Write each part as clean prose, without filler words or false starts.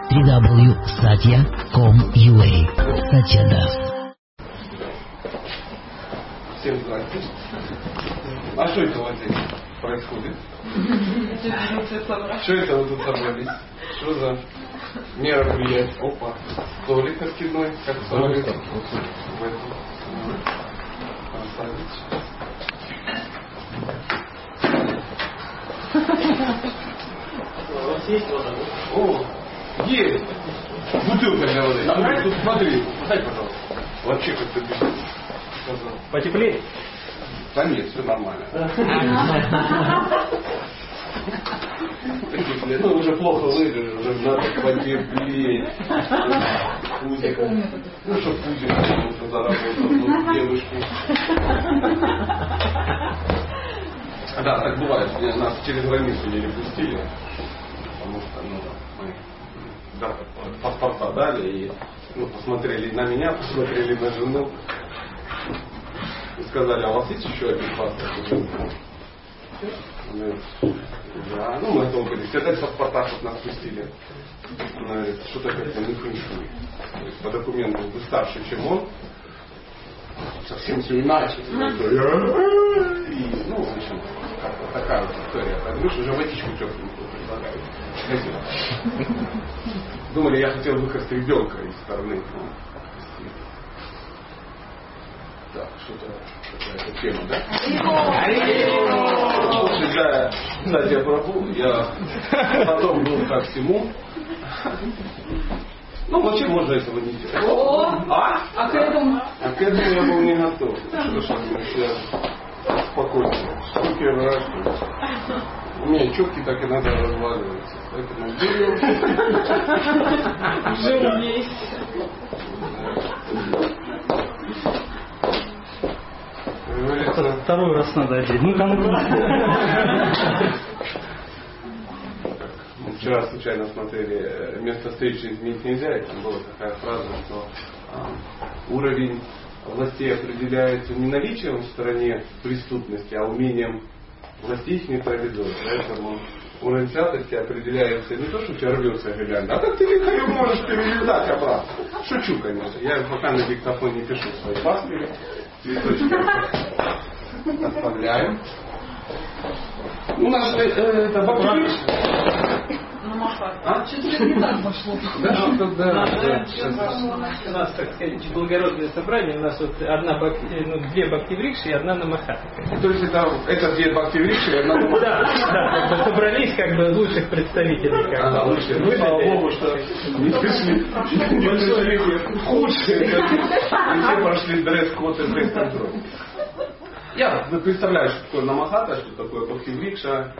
www.satya.com.ua Satya Das. Всем здравствуйте. А что это у вас здесь происходит? Что это вы тут собрались? Что за мероприятие? Опа, столик откидной, как столик. Есть вода? О, есть! Бутылка для воды. А тут смотри, дай, пожалуйста. Вообще как-то без сказал. Потеплее? Да нет, все нормально. Ну, уже плохо выглядишь, уже надо потеплее. Пузика. Ну, что пузик нужно заработать, ну, девушки. Да, так бывает. Нас через границу не пустили, потому что, мы паспорта дали и посмотрели на меня, посмотрели на жену. И сказали, а у вас есть еще один паспорт? Да, мы готовы были. Все дать паспорта, чтобы нас пустили. Она говорит, что-то как-то не фэншуй. То есть по документам вы старше, чем он. Совсем все иначе. И, в общем, как-то такая вот история. Понимаешь, уже водичку тепленькую предлагают. Думали, я хотел выкрасть ребенка из стороны. Так, что-то какая-то тема, да? Всегда, кстати, я пробыл, я потом был ко всему. Ну, вообще можно этого не делать. А к этому? А к этому я был не готов. Что ж, я спокойно. Штуки раз. У меня четки так иногда разваливаются. Поэтому берем. Жил есть. Второй раз надо одеть. Ну, там... Вчера случайно смотрели «Место встречи изменить нельзя», и там была такая фраза, что уровень властей определяется не наличием в стране преступности, а умением властей их нейтрализовать. Поэтому уровень святости определяется не то, что у тебя рвется гирлянда, а как ты лихарем можешь перевязать обратно. Шучу, конечно. Я пока на диктофон не пишу свои паспорты. Цветочки оставляем. У нас это бабушка. А? Что-то не так пошло. Да, что-то да. У нас, так сказать, благородное собрание. У нас вот две бхакти-врикши и одна намахата. То есть это две бхакти-врикши и одна намахата? Да, собрались как бы лучших представителей. Лучшие. Ну, слава Богу, что не пришли худшие. И все прошли дресс-код и дресс-контроль. Я представляю, что такое намахата, что такое бхакти-врикша.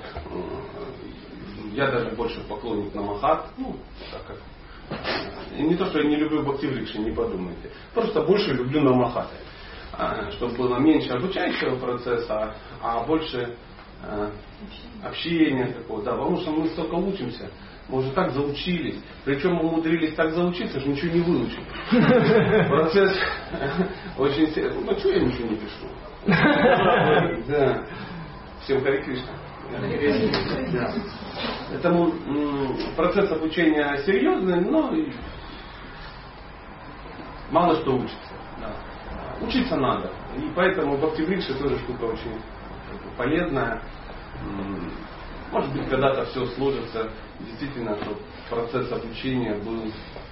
Я даже больше поклонник намахат. Так как. И не то, что я не люблю бхакти-врикши, не подумайте. Просто больше люблю намахаты. Чтобы было меньше обучающего процесса, а больше общения такого. Да, потому что мы столько учимся. Мы уже так заучились. Причем мы умудрились так заучиться, что ничего не выучили. Процесс очень серьезный. Ну, что я ничего не пишу? Да. Всем Харе Кришна. Да. Поэтому процесс обучения серьезный, но мало что учится. Да. Учиться надо. И поэтому бхакти-врикша тоже штука очень полезная. Может быть, когда-то все сложится действительно, чтобы процесс обучения был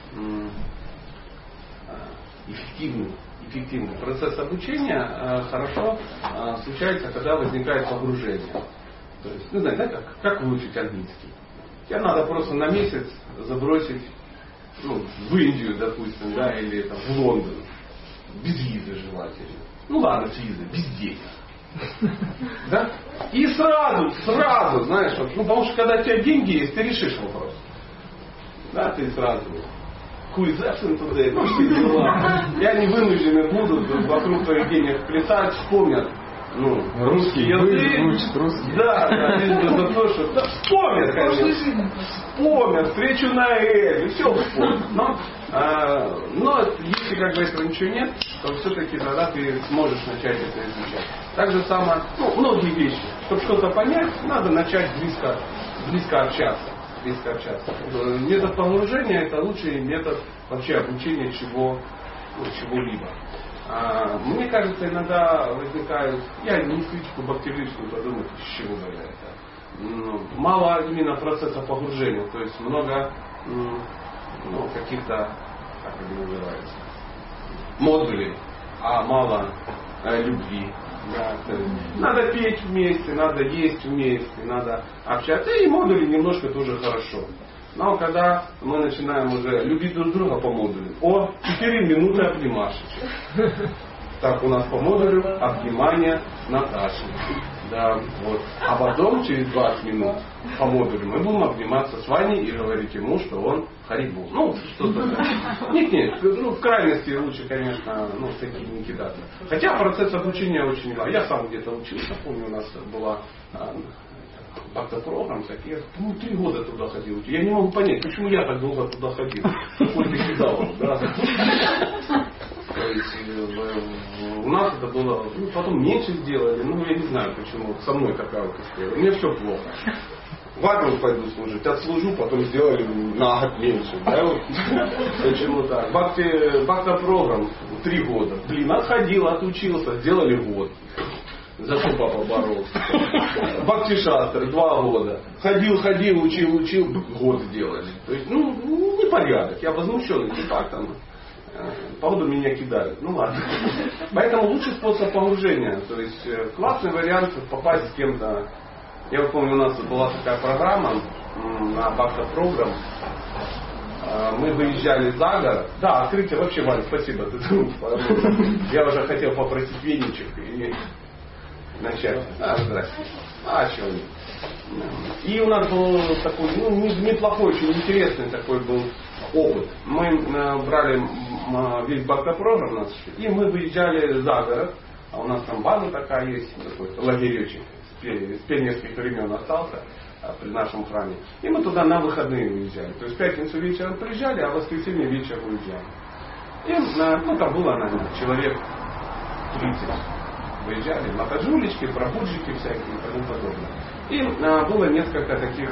эффективным. Процесс обучения хорошо случается, когда возникает погружение. То есть, знаете, да, как выучить английский? Тебе надо просто на месяц забросить в Индию, допустим, да, или в Лондон. Без визы желательно. Ну ладно, с визой, без денег. Да? И сразу, знаешь, потому что когда у тебя деньги есть, ты решишь вопрос. Да, ты сразу куизэшн туда, все дела. И они вынуждены будут вокруг твоих денег плясать, вспомнят русский язык. Учат русский. Да, за то, что вспомнят, конечно. Вспомнят, встречу на Эль, все вспомнят. Но если как бы этого ничего нет, то все-таки тогда ты сможешь начать это изучать. Так же самое, многие вещи. Чтобы что-то понять, надо начать близко общаться. близко общаться. Метод погружения это лучший метод вообще обучения чего-либо. Мне кажется, иногда возникают, я не критику бактериологическую, подумать, с чего бы это. Мало именно процесса погружения, то есть много каких-то, как они называются, модулей, а мало любви. Да, надо петь вместе, надо есть вместе, надо общаться. И модули немножко тоже хорошо. Но когда мы начинаем уже любить друг друга по модулю, 4 минуты обнимашечек. Так, у нас по модулю обнимание с Наташей. Да, вот. А потом через 20 минут по модулю мы будем обниматься с Ваней и говорить ему, что он Харибул. Что-то так. Нет, в крайности лучше, конечно, с такими не кидаться. Хотя процесс обучения очень важен. Я сам где-то учился, помню, у нас была программа, я 3 года туда ходил. Я не могу понять, почему я так долго туда ходил. Какой-то кидал, да. То есть у нас это было, потом меньше сделали, я не знаю почему, со мной такая вот история. У меня все плохо. В армию пойду служить, отслужу, потом сделали на год меньше. Да, вот. Почему так? Бхакти программ 3 года. Отходил, отучился, сделали год. За что папа боролся? Бхакти Шастры 2 года. Ходил, учил, год сделали. То есть, непорядок. Я возмущенный, как там. Поводу меня кидают. Ладно. Поэтому лучший способ погружения. То есть классный вариант попасть с кем-то. Я вот помню, у нас была такая программа на Бхакти программ. Мы выезжали за город. Да, открытие вообще, Вань, спасибо. Я уже хотел попросить веничек и начать. Здрасте. Чего нет. И у нас был такой, неплохой, очень интересный такой был опыт. Мы брали весь Бхакти-программ и мы выезжали за город. А у нас там база такая есть, такой лагеречек с пионерских времен остался при нашем храме. И мы туда на выходные уезжали. То есть в пятницу вечером приезжали, а в воскресенье вечером уезжали. И там было, наверное, человек 30. Выезжали, матаджулечки, пробуджики всякие и тому подобное. И было несколько таких,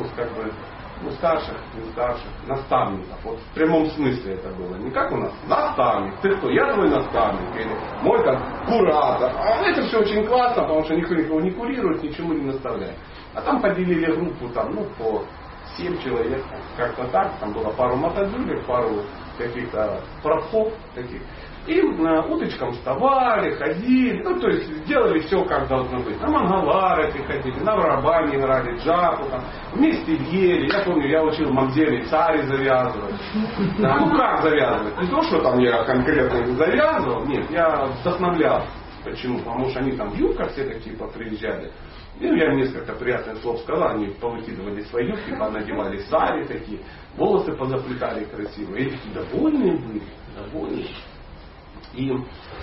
старших, не старших, наставников. Вот в прямом смысле это было. Не как у нас, наставник, ты кто, я твой наставник, или мой там куратор. А это все очень классно, потому что никто никого не курирует, ничему не наставляет. А там поделили группу по 7 человек, как-то так. Там было пару матаджулей, пару каких-то прабхов таких. И уточкам вставали, ходили, то есть делали все как должно быть. На мангалары приходили, на барабане играли, джапу, вместе ели. Я помню, я учил мамзели цари завязывать. Да, как завязывать? Не то, что там я конкретно завязывал, нет, я вдохновлял. Почему? Потому что они там в юбках все такие приезжали. И я им несколько приятных слов сказал, они повыкидывали свои юбки, понадевали сари такие, волосы позаплетали красиво. И такие довольные были, довольные. И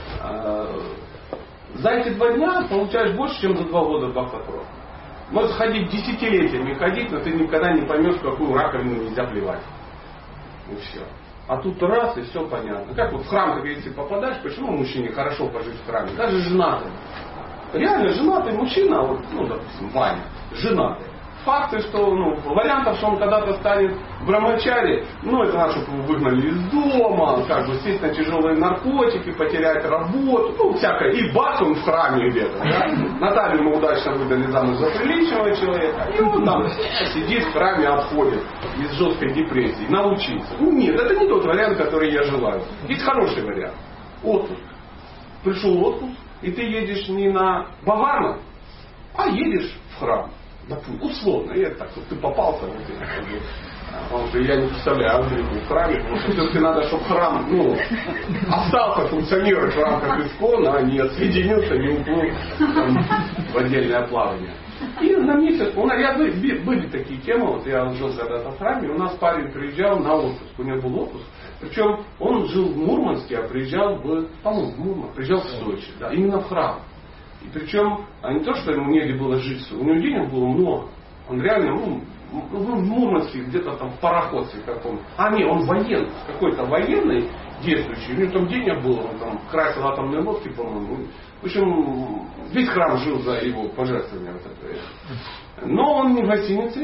за эти 2 дня получаешь больше, чем за 2 года Бхакти-программ. Можешь ходить десятилетиями, но ты никогда не поймешь, в какую раковину нельзя плевать. И все. А тут раз, и все понятно. Как вот в храм, если попадаешь, почему мужчине хорошо пожить в храме? Даже женатым. Реально женатый мужчина, допустим, Ваня, женатый. Факты, что вариантов, что он когда-то станет брамачари, это надо, чтобы его выгнали из дома, сесть на тяжелые наркотики, потерять работу, всякое. И бац, он в храме где-то. Да? Наталью ему удачно выдали замуж за приличного человека, и он там сидит в храме, отходит из жесткой депрессии, научиться. Нет, это не тот вариант, который я желаю. Есть хороший вариант. Отпуск. Пришел отпуск, и ты едешь не на Баварну, а едешь в храм. Условно, и это так, ты попался, потому что я не представляю Англию в храме, потому что все-таки надо, чтобы храм остался функционировать в рамках искона, а не отсоединился, не уплыл в отдельное плавание. И на месяц, были такие темы, я жил когда-то в храме, у нас парень приезжал на отпуск, у него был отпуск, причем он жил в Мурманске, а приезжал приезжал в Сочи, да, именно в храм. И причем, не то, что ему негде было жить, у него денег было много. Он реально, в Мурманске, где-то там в пароходстве каком-то. Он военный, какой-то военный действующий. У него там денег было, он там красил атомные лодки, по-моему. В общем, весь храм жил за его пожертвования. Но он не в гостинице,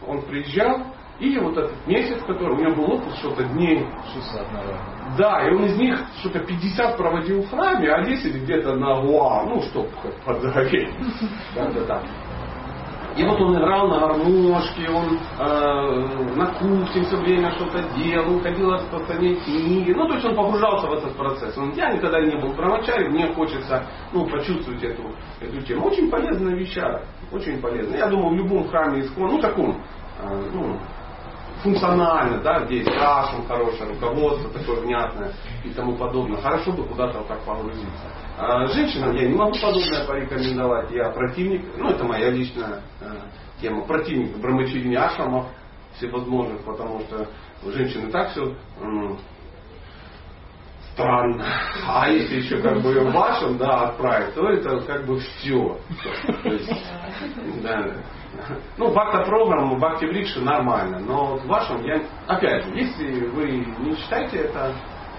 он приезжал, и вот этот месяц, который у него был опыт, что-то дней 60, наверное. Да, и он из них что-то 50 проводил в храме, а 10 где-то на Гуа, ну, чтобы подзагореть. Да. И вот он играл на гармошке, он на кухне все время что-то делал, ходил распространять книги. Ну, то есть он погружался в этот процесс. Я никогда не был брамачари, мне хочется почувствовать эту тему. Очень полезная веща, очень полезная. Я думаю, в любом храме ИСККОН, таком, функционально, да, где есть ашрам, хорошее руководство, такое внятное и тому подобное. Хорошо бы куда-то вот так погрузиться. Женщинам я не могу подобное порекомендовать. Я противник, это моя личная тема, противник брамачарини ашрамов всевозможных, потому что у женщин и так все странно. А если еще в вашем, отправить, то это все. То есть, да. Бхакта программу, Бхакти Врикши нормально, но в вашем опять же, если вы не читаете это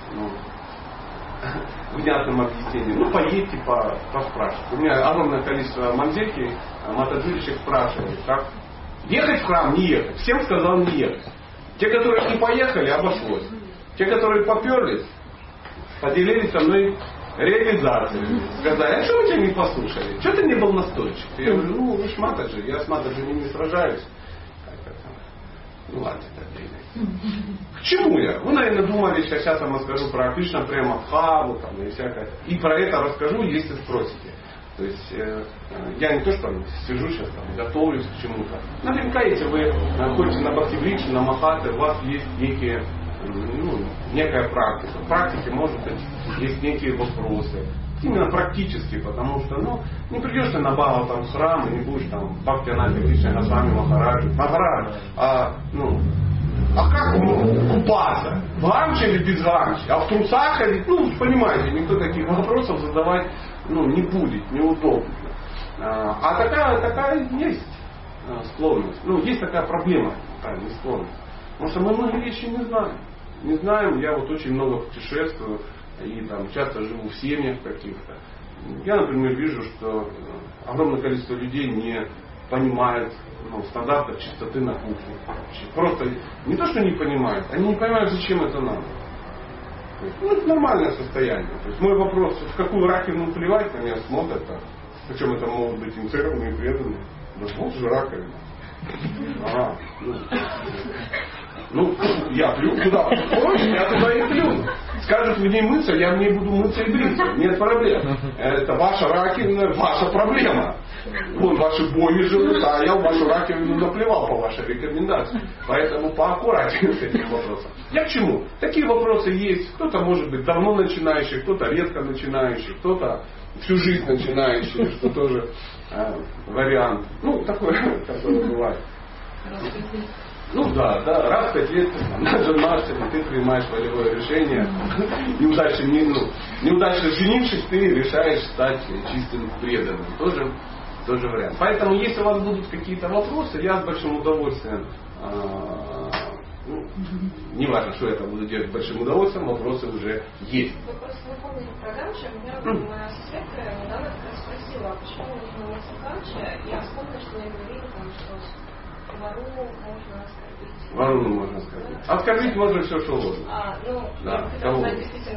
внятным объяснением, поедьте, поспрашивайте. У меня огромное количество мамзельки, матаджирщик спрашивает, как ехать в храм, не ехать. Всем сказал не ехать. Те, которые не поехали, обошлось. Те, которые поперлись, поделились со мной реализацией. Сказали, а что вы тебя не послушали? Что ты не был настойчив? Я говорю, вы ж матаджи, я с матаджи не сражаюсь. Ладно, это к чему я? Вы, наверное, думали, что сейчас я вам расскажу про Кришна Према Бхаву и всякое. И про это расскажу, если спросите. То есть я не то, что сижу сейчас, готовлюсь к чему-то. Наверняка, если вы ходите на Бхакти Врикши, на Махаты, у вас есть некая практика. В практике, может быть, есть некие вопросы. Именно практически, потому что не придешь ты на Бхагаватам в храм и не будешь там Бхактивинода Кришна Госвами Махараджи. А как купаться? В гамче или без гамчи? А в трусах ходить? Понимаете, никто таких вопросов задавать не будет, неудобно. А такая есть склонность. Есть такая проблема, не склонность. Потому что мы многие вещи не знаем. Не знаем, я очень много путешествую и часто живу в семьях каких-то. Я, например, вижу, что огромное количество людей не понимает стандартов чистоты на кухне. Просто не то, что не понимают, они не понимают, зачем это надо. Это нормальное состояние. То есть мой вопрос, в какую раковину плевать, на меня смотрят так. Причем это могут быть инициированные и преданные. Да вот же раковина. Я плюну туда. Я туда и плюну. Скажут в ней мыться, я в ней буду мыться и бриться. Нет проблем. Это ваша раковина, ваша проблема. Вон ваши боги живут, а я в вашу раковину наплевал по вашей рекомендации. Поэтому поаккуратнее с этим вопросом. Я к чему? Такие вопросы есть. Кто-то может быть давно начинающий, кто-то редко начинающий, кто-то всю жизнь начинающий, что тоже вариант. Такое бывает. Раз в 5 лет женишься, ты принимаешь волевое решение. Неудачно женившись, ты решаешь стать чистым преданным. Тоже вариант. Поэтому, если у вас будут какие-то вопросы, я с большим удовольствием, не важно, что я там буду делать с большим удовольствием, вопросы уже есть. Вы просто напомнили про гамчи. Моя соседка недавно как раз спросила, почему нужно мыться гамчи. Я вспомнила, что мне говорили, что варуну можно оскорбить. Варуну можно оскорбить. Оскорбить можно все, что угодно. Я хотела знать действительно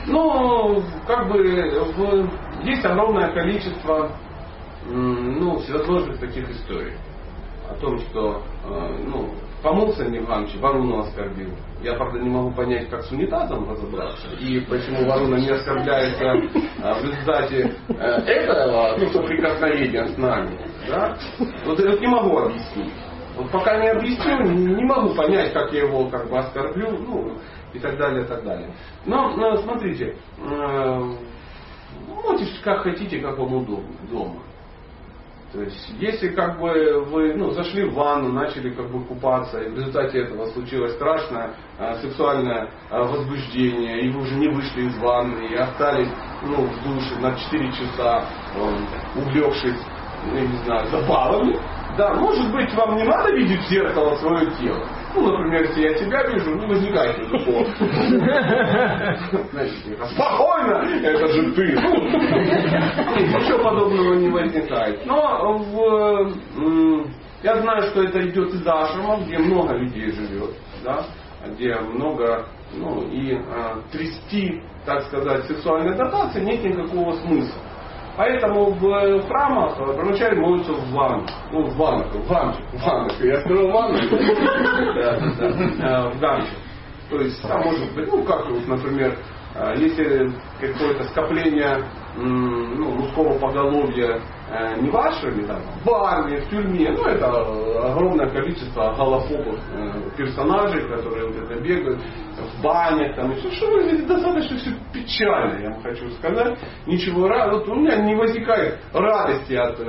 почему. Есть огромное количество всевозможных таких историй. О том, что помылся не в гамчи, варуну оскорбил. Я, правда, не могу понять, как с унитазом разобраться. И почему варуна не оскорбляется в результате этого соприкосновения с нами. Да? Я не могу объяснить. Пока не объясню, не могу понять, как я его оскорблю, и так далее, и так далее. Но смотрите, мойтесь как хотите, как вам удобно дома. То есть, если вы зашли в ванну, начали купаться, и в результате этого случилось страшное сексуальное возбуждение, и вы уже не вышли из ванны, и остались в душе на 4 часа, увлекшись, забавами. Да, может быть, вам не надо видеть в зеркало свое тело. Например, если я тебя вижу, не возникает никакого. Спокойно, это же ты. Ничего подобного не возникает. Но Я знаю, что это идет из ашрамов, где много людей живет, да, где много, и трясти, так сказать, сексуальной дотации нет никакого смысла. Поэтому в храмах вначале молятся в ваннах. В ваннах. Я сказал ваннах. В гамчах. То есть там может быть, как вот, например, если какое-то скопление мужского поголовья не вашими, там, в армии, в тюрьме, это огромное количество голофобных персонажей, которые вот это бегают в банях, там, еще что выглядит достаточно все печально, я вам хочу сказать. Ничего, вот у меня не возникает радости от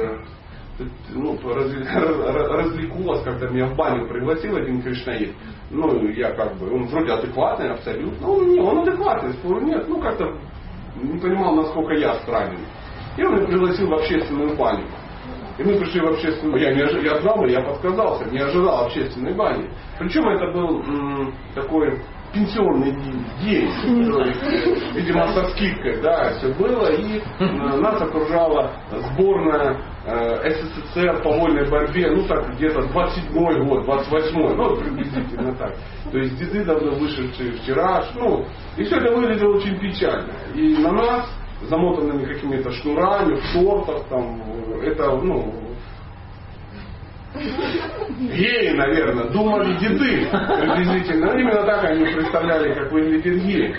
развлеку вас, когда меня в баню пригласил один кришнаит. Я он вроде адекватный абсолютно. Он адекватный, спору нет. Как-то не понимал, насколько я странен. И он меня пригласил в общественную баню. И мы пришли в общественную баню. Я знал, я подсказался, не ожидал общественной бани. Причем это был такой пенсионный день, видимо, со скидкой, да, все было, и нас окружала сборная СССР по вольной борьбе, так где-то 27-й год, 28-й, приблизительно так. То есть деды давно вышедшие вчера, и все это выглядело очень печально. И на нас, замотанными какими-то шнурами, в шортах, там, это, геи, наверное, думали деды приблизительно. Именно так они представляли, как выглядит гей.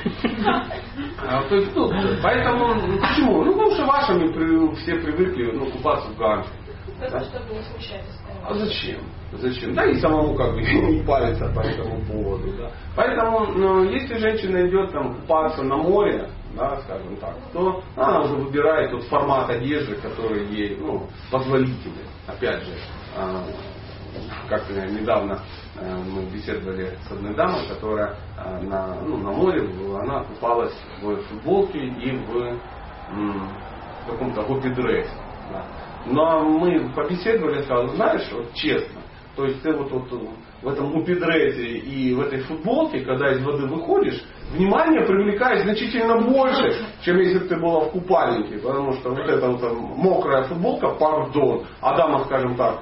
Поэтому, почему? Потому что вашими все привыкли купаться в ганче. Просто чтобы не смущать остальных. А зачем? Да и самому не париться по этому поводу. Да. Поэтому, если женщина идет купаться на море, да, скажем так, то она уже выбирает тот формат одежды, который ей позволительный. Опять же, как недавно мы беседовали с одной дамой, которая на море, она купалась в футболке и в каком-то гопи-дрессе. Да. Но мы побеседовали сразу, знаешь, честно, то есть ты вот в этом гопи-дрессе и в этой футболке, когда из воды выходишь, внимание привлекает значительно больше, чем если бы ты была в купальнике, потому что вот эта мокрая футболка, пардон, а дама, скажем так,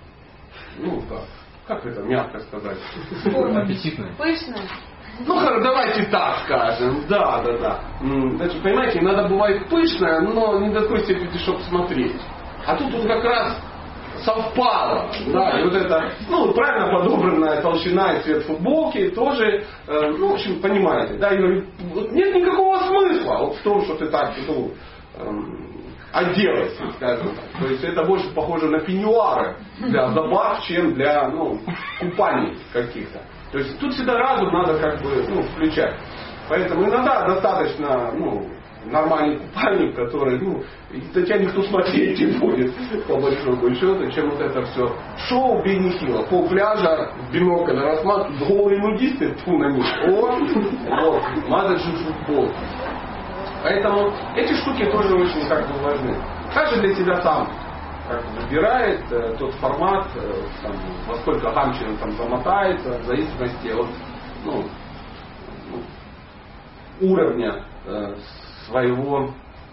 как это мягко сказать? Аппетитная. Пышная. Давайте так скажем. Да. Значит, понимаете, иногда бывает пышная, но не до такой степени, чтобы смотреть. А тут как раз совпало. Да, и вот это, правильно подобранная толщина и цвет футболки тоже, в общем, понимаете. Да, и нет никакого смысла в том, что ты так, оделась, скажем так. То есть это больше похоже на пеньюары для забав, чем для купаний каких-то. То есть тут всегда разум надо включать. Поэтому иногда достаточно нормальный купальник, который на тебя никто смотреть не будет, по большому счету, чем вот это все шоу Бенни Хилла. Пол пляжа, бинокль рассматривают, голые нудисты, тьфу на них. Надо же футбол. Поэтому эти штуки тоже очень важны. Каждый для себя сам выбирает тот формат, во сколько гамчин он замотается, в зависимости от уровня своего,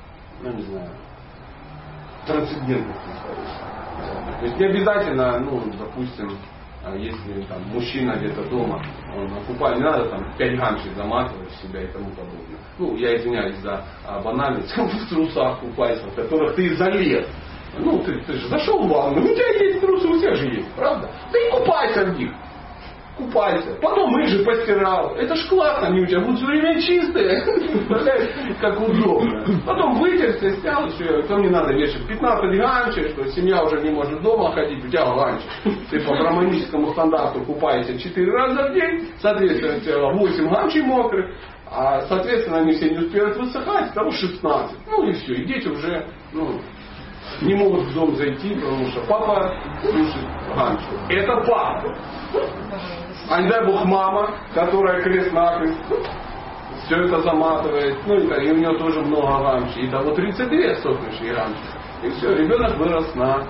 трансцендентности. То есть не обязательно, допустим, если мужчина где-то дома, он купает, не надо 5 гамчей заматывать в себя и тому подобное. Я извиняюсь за банальность, в трусах купайся, в которых ты залез. Ты же зашел в ванну, у тебя есть трусы, у всех же есть, правда? Да и купайся в них. Купайся. Потом их же постирал. Это ж классно, они у тебя будут все время чистые. Как удобно. Потом вытерся, снял, все. Там не надо вешать 15 ганчей, что семья уже не может дома ходить, у тебя ганчи. Ты по браманическому стандарту купаешься 4 раза в день, соответственно, у тебя 8 ганчей мокрых, а соответственно они все не успеют высыхать, того 16. И все. И дети уже не могут в дом зайти, потому что папа слушает ганчу. Это папа. А не дай бог мама, которая крест-накрест все это заматывает. И у нее тоже много ганчи. И того 32 сохнущие ганчи. И все, ребенок вырос на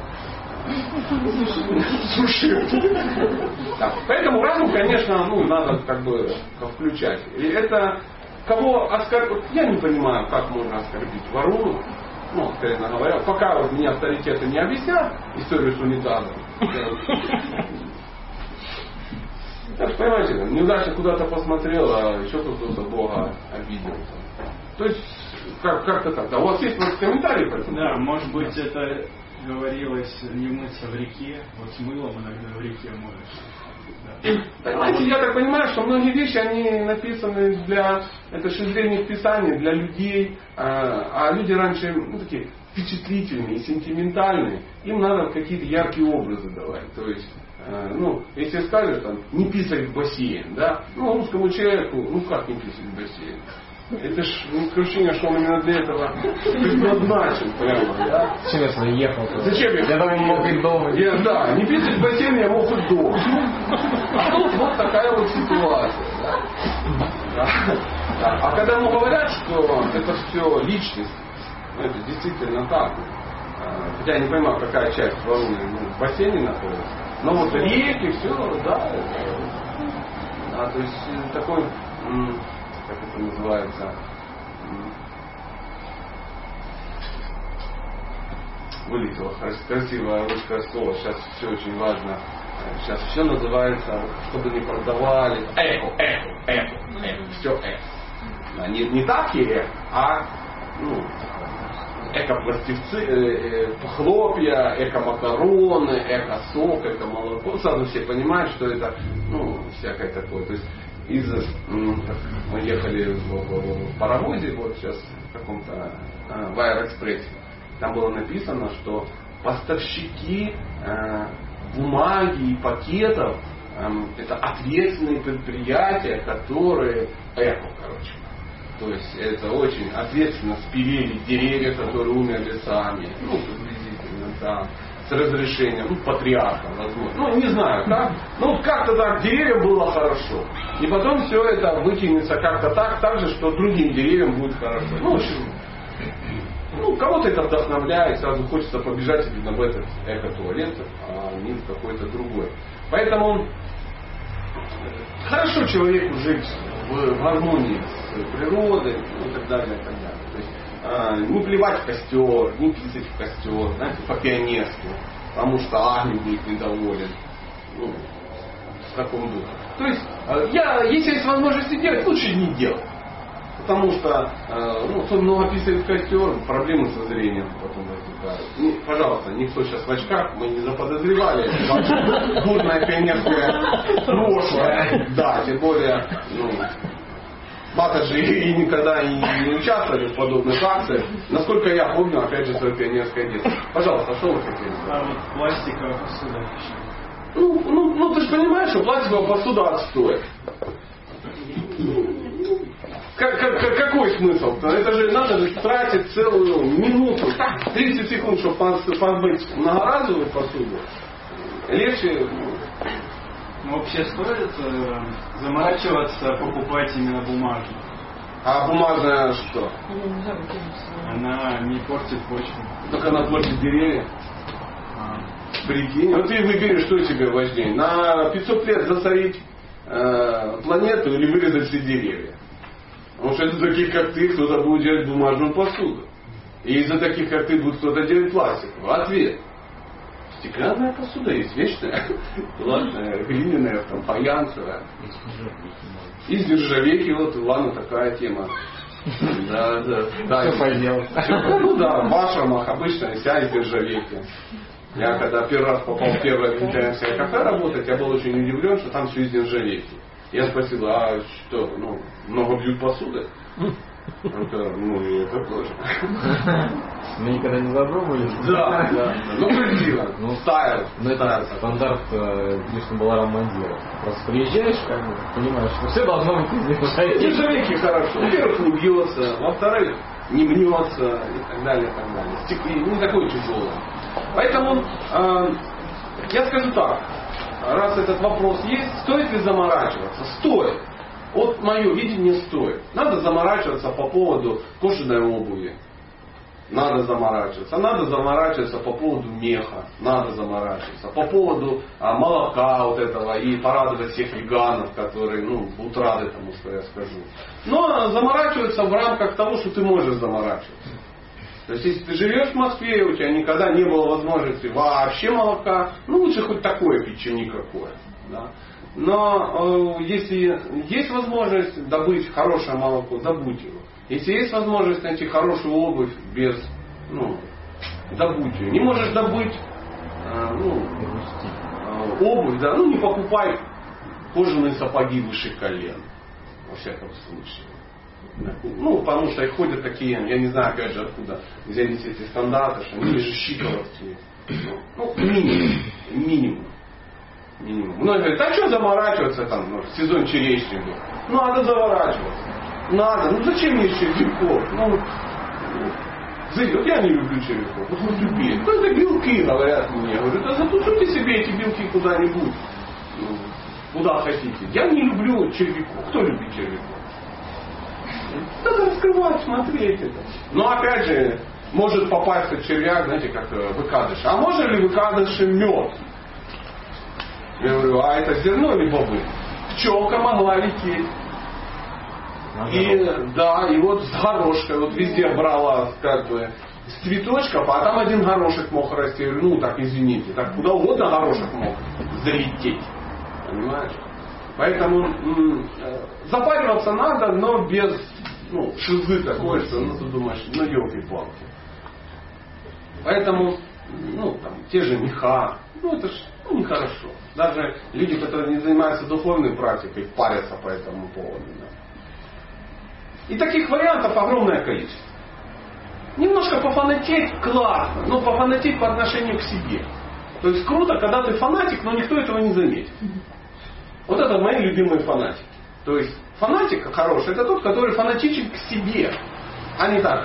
сушилке. Поэтому разум, конечно, надо включать. И это кого оскорбить? Я не понимаю, как можно оскорбить Варуну, Ну, откровенно говоря, пока вот мне авторитеты не объяснят историю с унитазом. Так, понимаете, неудачно куда-то посмотрел, а еще кто-то Бога обидел. То есть, как-то так. Да, у вас есть комментарии по этому? Да, может быть, это говорилось не мыться в реке, вот с мылом иногда в реке моешь. Понимаете, я так понимаю, что многие вещи, они написаны для, это же из древних писаний, для людей, а люди раньше, ну, такие впечатлительные, сентиментальные, им надо какие-то яркие образы давать. То есть, ну, если скажешь, там, не писать в бассейн, да, ну, русскому человеку, ну, как не писать в бассейн? Это ж исключение, что он именно для этого предназначен прямо, да? Честно, ехал. Зачем я? Я там мог быть дома. Да, не писать в бассейн, я мог быть дома. А тут вот такая вот ситуация. Да? Да. А когда ему говорят, что это все личность, ну, это действительно так. Хотя я не понимаю, какая часть Воруны в бассейне находится. Но вот реки, все, да. Да, то есть такой, как это называется, вылетело красивое русское слово. Сейчас все очень важно. Сейчас все называется, чтобы не продавали. Эко. Все эко. Да, не такие, а ну, эко-пластивцы, хлопья, эко-макароны, эко-сок, эко-молоко. Сразу все понимают, что это, ну, всякое такое. То есть мы ехали в паровозе, вот сейчас в каком-то в Аэроэкспрессе. Там было написано, что поставщики бумаги и пакетов это ответственные предприятия, которые эко, короче. То есть это очень ответственно спилили деревья, которые умерли сами. Ну, приблизительно, да. С разрешением, ну, патриарха, возможно. Ну, не знаю, как. Ну, как-то так деревьям было хорошо. И потом все это выкинется как-то так же, что другим деревьям будет хорошо. Ну, в общем, ну, кого-то это вдохновляет, сразу хочется побежать именно в этот эко-туалет, а не в какой-то другой. Поэтому хорошо человеку жить в гармонии с природой, ну, и так далее, и так далее. То есть, не плевать в костер, не писать в костер, знаете, по-пионерски, потому что огонь будет недоволен. Ну, в таком духе. То есть, если есть возможность делать, лучше не делать. Потому что, ну, кто много писает в костер, проблемы со зрением потом возникают. Пожалуйста, никто сейчас в очках, мы не заподозревали бурное пионерское прошлое. Да, тем более, ну, Бата же и никогда не участвовали в подобных акциях. Насколько я помню, опять же, свое пионерское детство. Пожалуйста, что вы хотели сказать? Вот пластиковая посуда. Ну, ты же понимаешь, что пластиковая посуда отстой. Какой смысл? Это же надо тратить целую минуту, 30 секунд, чтобы помыть многоразовую посуду. Легче. Ну, вообще стоит заморачиваться, покупать именно бумагу. А бумажная что? Она не портит почву. Так она портит деревья. Прикинь. Вот ты выбери, что тебе важнее. На 500 лет засорить планету или вырезать все деревья. Потому что из-за таких, как ты, кто-то будет делать бумажную посуду. И из-за таких, как ты, будет кто-то делать пластиковую. Ответ. Стеклянная посуда есть, вечная, платная, глиняная, там, фаянсовая. Из нержавейки, вот, ладно, такая тема. Да. Что поделать? Ну да, башрамах обычная, вся из нержавейки. Я когда первый раз попал в первое вегетарианское кафе работать, я был очень удивлен, что там все из нержавейки. Я спросил, а что, ну, много бьют посуды? Это тоже. Мы никогда не попробовали. Да. Ну, красиво. Ну, стайл. Ну, это стандарт Кришна Баларам Мандира. Просто приезжаешь, как бы, понимаешь, что все должно быть из нержавейки. Нержавейки хорошо. Во-первых, не бьется. Во-вторых, не мнется. И так далее, и так далее. Стекло не такое тяжелое. Поэтому, я скажу так. Раз этот вопрос есть, стоит ли заморачиваться? Стоит. Вот мое видение стоит. Надо заморачиваться по поводу кожаной обуви. Надо заморачиваться по поводу меха. Надо заморачиваться. По поводу молока вот этого. И порадовать всех веганов, которые, ну, будут рады тому, что я скажу. Но заморачиваться в рамках того, что ты можешь заморачиваться. То есть, если ты живешь в Москве, и у тебя никогда не было возможности вообще молока, ну, лучше хоть такое пить, чем никакое. Да? Но если есть возможность добыть хорошее молоко, добудь его. Если есть возможность найти хорошую обувь без, добудь ее. Не можешь добыть обувь, да, не покупай кожаные сапоги выше колен. Во всяком случае. Потому что их ходят такие, я не знаю, опять же, откуда взялись эти стандарты, что ниже щиколотки. Минимум. Многие говорят, а что заморачиваться в сезон черешни был? Надо заворачиваться. Надо. Зачем мне червяков? Вот я не люблю червяков. Вот любите. Это белки, говорят мне. Говорю, да затушите себе эти белки куда-нибудь. Куда хотите. Я не люблю червяков. Кто любит червяков? Надо раскрывать, смотреть это. Но опять же, может попасть червяк, знаете, как выкадыш. А можно ли выкадыши мед? Я говорю, а это зерно или бобы? Пчелка могла лететь. И вот с горошкой, вот везде брала с цветочков, а там один горошек мог расти. Я говорю, так извините, так куда угодно горошек мог залететь. Понимаешь? Поэтому запариваться надо, но без шизы такой, что ты думаешь, елки-палки. Поэтому, те же меха, это ж нехорошо. Даже люди, которые не занимаются духовной практикой, парятся по этому поводу. Да. И таких вариантов огромное количество. Немножко пофанатеть классно, но пофанатеть по отношению к себе. То есть круто, когда ты фанатик, но никто этого не заметит. Вот это мои любимые фанатики. То есть фанатик хороший, это тот, который фанатичен к себе. А не так.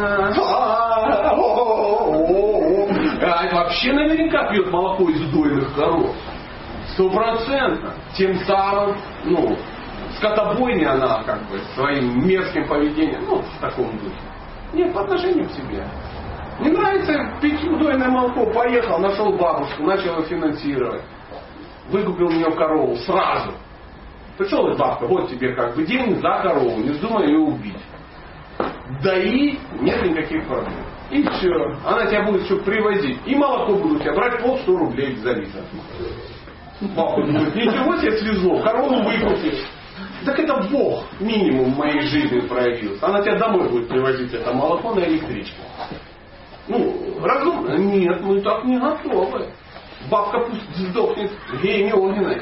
Вообще наверняка пьет молоко из дойных коров. 100%. Тем самым, скотобойня она своим мерзким поведением, в таком духе. Нет, по отношению к себе. Не нравится пить дойное молоко, поехал, нашел бабушку, начал ее финансировать. Выкупил у нее корову сразу. Пришел и бабка, вот тебе день за корову, не вздумай ее убить. Дои, нет никаких проблем. И все. Она тебя будет еще привозить. И молоко будут тебя брать 100 рублей за литр. Бабка думает, ничего себе свезло, корову выкупишь. Так это Бог минимум в моей жизни проявился. Она тебя домой будет привозить это молоко на электричке. Разумно? Нет, мы так не готовы. Бабка пусть сдохнет геями огненной.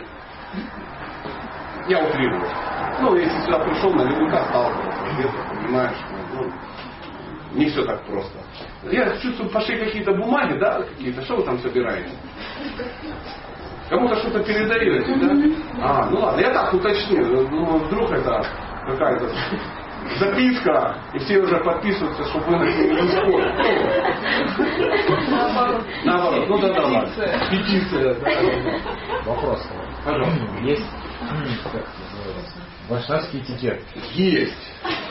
Я утрирую. Если сюда пришел, наверняка сталкивался где-то, понимаешь, не все так просто. Я чувствую, пошли какие-то бумаги, да, какие-то, что вы там собираете? Кому-то что-то передаете, да? Ладно, я так уточню. Вдруг это какая-то записка, и все уже подписываются, чтобы вы не спорили. Наоборот. Да, ладно. Петиция. Вопрос. Пожалуйста. Есть вайшнавский этикет. Есть.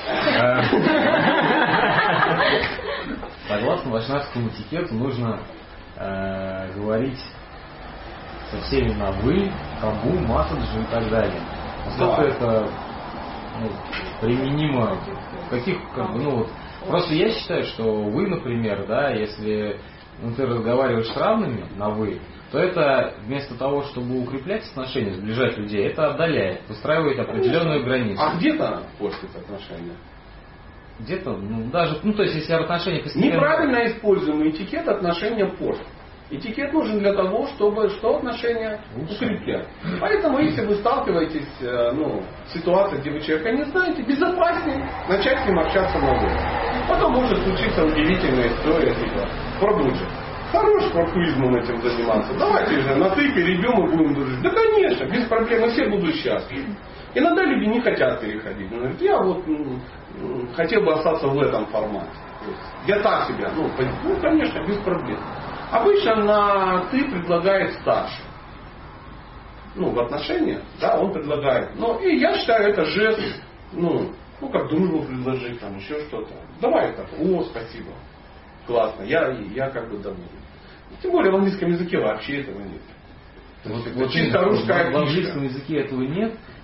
Согласно вайшнавскому этикету нужно говорить со всеми на вы, Прабху, Матаджи и так далее. Насколько это применимо в каких, просто я считаю, что вы, например, да, если ты разговариваешь с равными на вы, то это вместо того, чтобы укреплять отношения, сближать людей, это отдаляет, выстраивает определенную границу. А где-то портит отношения? Где-то, даже, то есть, если отношения постепенно... Неправильно используемый этикет отношения портит. Этикет нужен для того, чтобы отношения укреплять. Поэтому, если вы сталкиваетесь с ситуацией, где вы человека не знаете, безопаснее начать с ним общаться на «вы». Потом может случиться удивительная история, пробуджи. Хорош прокуизмом этим заниматься. Давайте же на «ты» перейдем и будем дружить. Да, конечно, без проблем, мы все будут счастливы. Иногда люди не хотят переходить. Он говорит, я хотел бы остаться в этом формате. То есть, я так себя, конечно, без проблем. Обычно на «ты» предлагает старший. В отношениях, да, он предлагает. И я считаю, это жест, как дружбу предложить, еще что-то. Давай так, спасибо. Классно, я доволен. Тем более в английском языке вообще этого нет. Чисто русская фишка. В английском языке этого нет.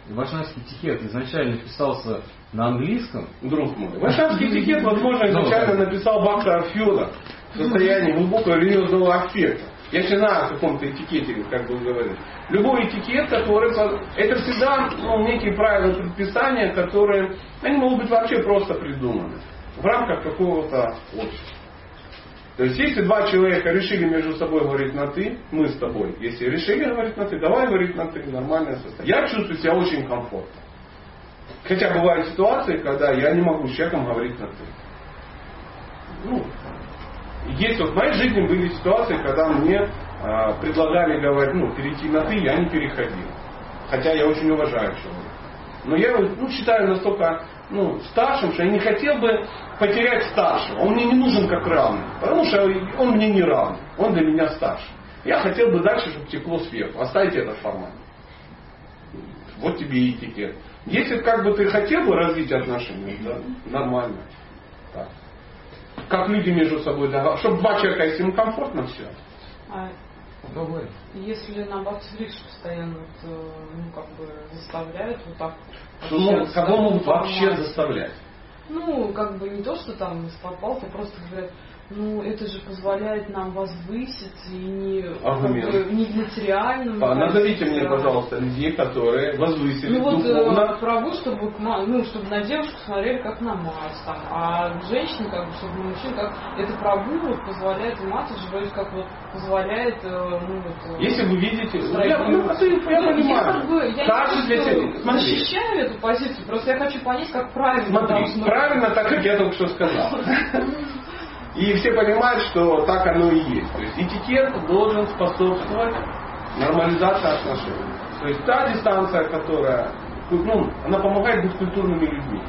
вайшнавский этикет изначально писался на английском. Друг мой. Вайшнавский этикет, возможно, изначально написал Бхактар Фьода в состоянии глубокого религиозного аффекта. Я не знаю о каком-то этикете, как бы говорить. Любой этикет, который... Это всегда некие правила предписания, которые... Они могут быть вообще просто придуманы. В рамках какого-то общества. То есть, если два человека решили между собой говорить на «ты», мы с тобой. Если решили говорить на «ты», давай говорить на «ты», нормальное состояние. Я чувствую себя очень комфортно. Хотя бывают ситуации, когда я не могу с человеком говорить на «ты». Есть в моей жизни были ситуации, когда мне предлагали говорить, перейти на «ты», я не переходил. Хотя я очень уважаю человека. Но я считаю настолько старшим, что я не хотел бы потерять старшего. Он мне не нужен как равный. Потому что он мне не равный. Он для меня старше. Я хотел бы дальше, чтобы текло сверху. Оставить этот формат. Вот тебе и этикет. Если ты хотел бы развить отношения, да, нормально. Так. Как люди между собой договариваются. Чтобы два человека, если им комфортно, все. Если на Бхакти-врикше постоянно заставляют вот так. Кого могут вообще заставлять? Не то, что там из-под палки, просто говорят, это же позволяет нам возвыситься и не в материальном. Назовите мне, пожалуйста, людей, которые возвысились духовно. Праву, чтобы на девушку смотрели как на мать, а женщины, чтобы на мужчин, это праву позволяет мать же вроде как позволяет. Если вы видите, я понимаю. Я не защищаю эту позицию, просто я хочу понять, как правильно. Смотри, правильно так, как я только что сказал. И все понимают, что так оно и есть. То есть этикет должен способствовать нормализации отношений. То есть та дистанция, которая, она помогает быть культурными людьми.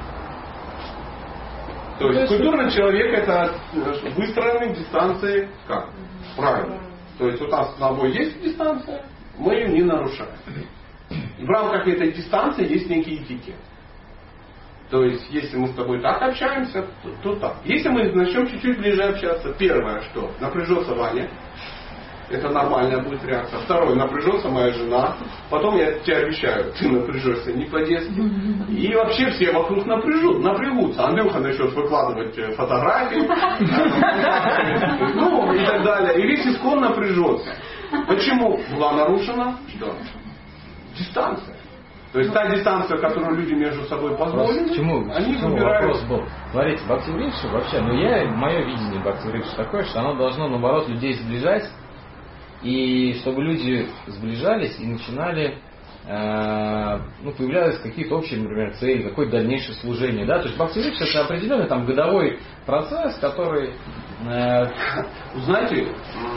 То есть культурный человек это выстроенные дистанции как? Правильно. То есть у нас с собой есть дистанция, мы ее не нарушаем. И в рамках этой дистанции есть некий этикет. То есть, если мы с тобой так общаемся, то так. Если мы начнем чуть-чуть ближе общаться, первое, что напряжется Ваня, это нормальная будет реакция. Второе, напряжется моя жена. Потом, я тебе обещаю, ты напряжешься не по-детски. И вообще все вокруг напрягутся. Андрюха начнет выкладывать фотографии. И так далее. И весь искон напряжется. Почему была нарушена? Что? Дистанция. То есть та дистанция, которую люди между собой позволили, они выбирают. Вопрос был. Смотрите, Бхакти-врикша вообще, мое видение Бхакти-врикши такое, что оно должно, наоборот, людей сближать, и чтобы люди сближались и начинали, появлялись какие-то общие, например, цели, какое-то дальнейшее служение. Да? То есть Бхакти-врикша это определенный годовой процесс, который... Знаете,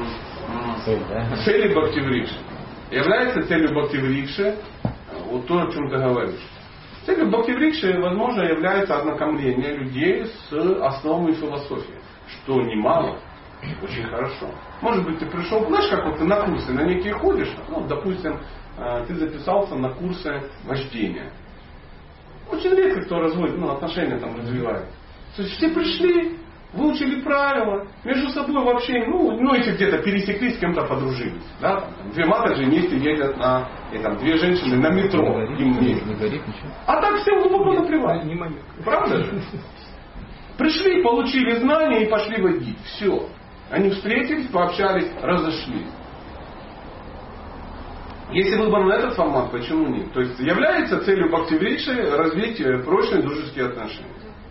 цели Бхакти-врикши. Является целью Бхакти-врикши то, о чем ты говоришь. Целью Бхакти-врикши, возможно, является ознакомление людей с основами философии. Что немало, очень хорошо. Может быть, ты пришел, знаешь, как ты на курсы на некие ходишь, допустим, ты записался на курсы вождения. Очень редко кто разводит, отношения там развивает. То есть все пришли, выучили правила, между собой вообще, если где-то пересеклись, с кем-то подружились. Да? Две матери вместе ездят две женщины на метро. Не горит ничего. А так всем глубоко наплевать. Правда же? Пришли, получили знания и пошли водить. Все. Они встретились, пообщались, разошлись. Если выбор на этот формат, почему нет? То есть является целью Бхакти-врикши развить прочные дружеские отношения.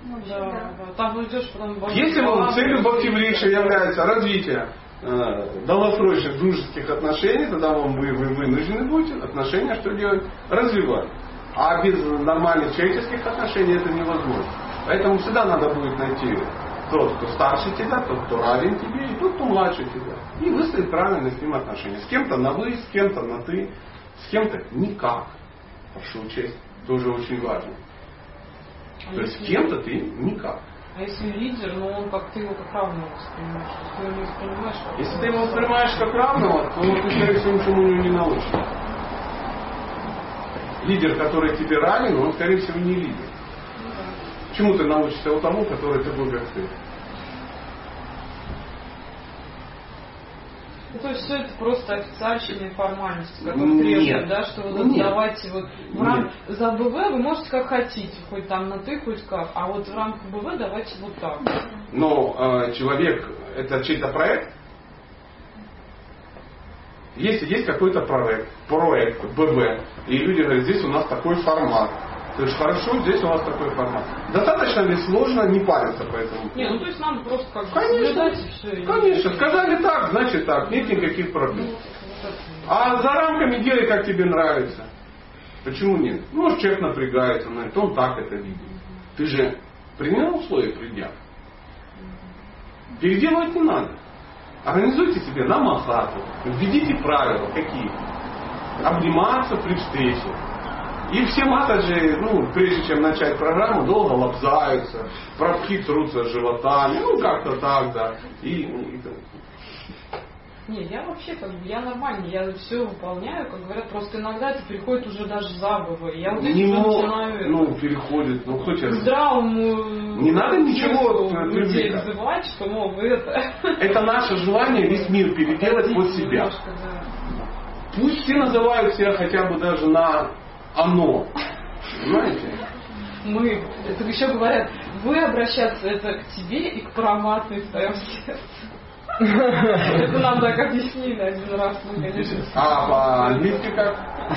Если целью Бхакти-врикши является развитие долгосрочных дружеских отношений, тогда вы вынуждены будете отношения что делать? Развивать. А без нормальных человеческих отношений это невозможно. Поэтому всегда надо будет найти тот, кто старше тебя, тот, кто равен тебе, и тот, кто младше тебя. И выстроить правильно с ним отношения. С кем-то на вы, с кем-то на ты, с кем-то никак. Прошу учесть, тоже очень важно. То есть с кем-то ты никак. А если лидер, ты его как равного воспринимаешь? Если ты его не воспринимаешь как Если ты его воспринимаешь как равного, то ты, скорее всего, ничему не научишься. Лидер, который тебе равен, он, скорее всего, не лидер. Чему ты научишься у того, который такой, как ты? то есть все это просто официальные формальности, которые требуют, да, что вот давайте вот за БВ вы можете как хотите, хоть там на ты, хоть как, а вот в рамках БВ давайте вот так. Но человек, это чей-то проект? Если есть какой-то проект БВ, и люди говорят, здесь у нас такой формат. То есть хорошо, здесь у вас такой формат. Достаточно ли сложно не париться по этому? Не, ну то есть нам просто как бы конечно, все. Конечно, сказали так, значит так, нет никаких проблем. А за рамками делай, как тебе нравится. Почему нет? Ну, может, человек напрягается, он так это видит. Ты же принял условия, придя. Переделывать не надо. Организуйте себе намахату, введите правила какие. Обниматься при встрече. И все матаджи, прежде чем начать программу, долго лобзаются, правки трутся животами, как-то так, да. Не, я вообще я нормально, я все выполняю, как говорят, просто иногда это переходит уже даже за БВ. Я вот здесь начинаю переходит, кто тебя... здравому не надо ничего людей называть, что, мол, вы это... Это наше желание весь мир переделать под себя. Пусть все называют себя хотя бы даже на оно. Понимаете? Это еще говорят, вы обращаться это к тебе и к параматной в твоем сердце. Это нам так объяснили один раз, конечно. А по-английски как?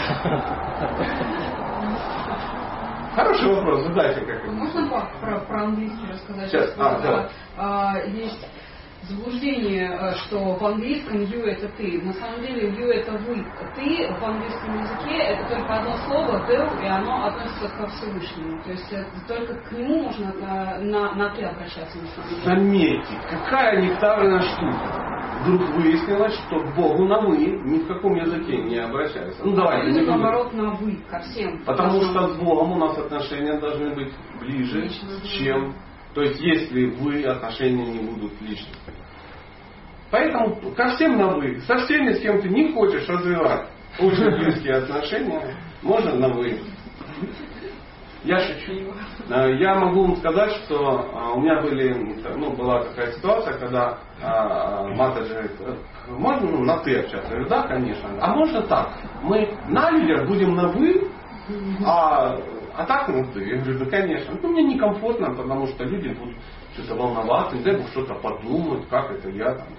Хороший вопрос, задайте как это. Можно про английский рассказать? Сейчас, да. Есть заблуждение, что в английском you это ты. На самом деле you это вы. Ты в английском языке это только одно слово tell, и оно относится ко Всевышнему. То есть только к нему можно на ты обращаться на самом деле. Заметьте, какая нектарная штука. Вдруг выяснилось, что к Богу на вы ни в каком языке не обращаются. Давайте. Наоборот, на вы, ко всем. Потому что с Богом у нас отношения должны быть ближе, чем... То есть, если вы, отношения не будут личными. Поэтому ко всем на вы. Со всеми, с кем ты не хочешь развивать очень близкие отношения, можно на вы. Я шучу. Я могу вам сказать, что у меня была такая ситуация, когда матаджи говорит, можно на ты общаться? Я говорю, да, конечно. А можно так? Мы на людях будем на вы, а так, ты. Я говорю, да, конечно. Мне некомфортно, потому что люди будут что-то волноваться, не дай бог что-то подумают, как это я там.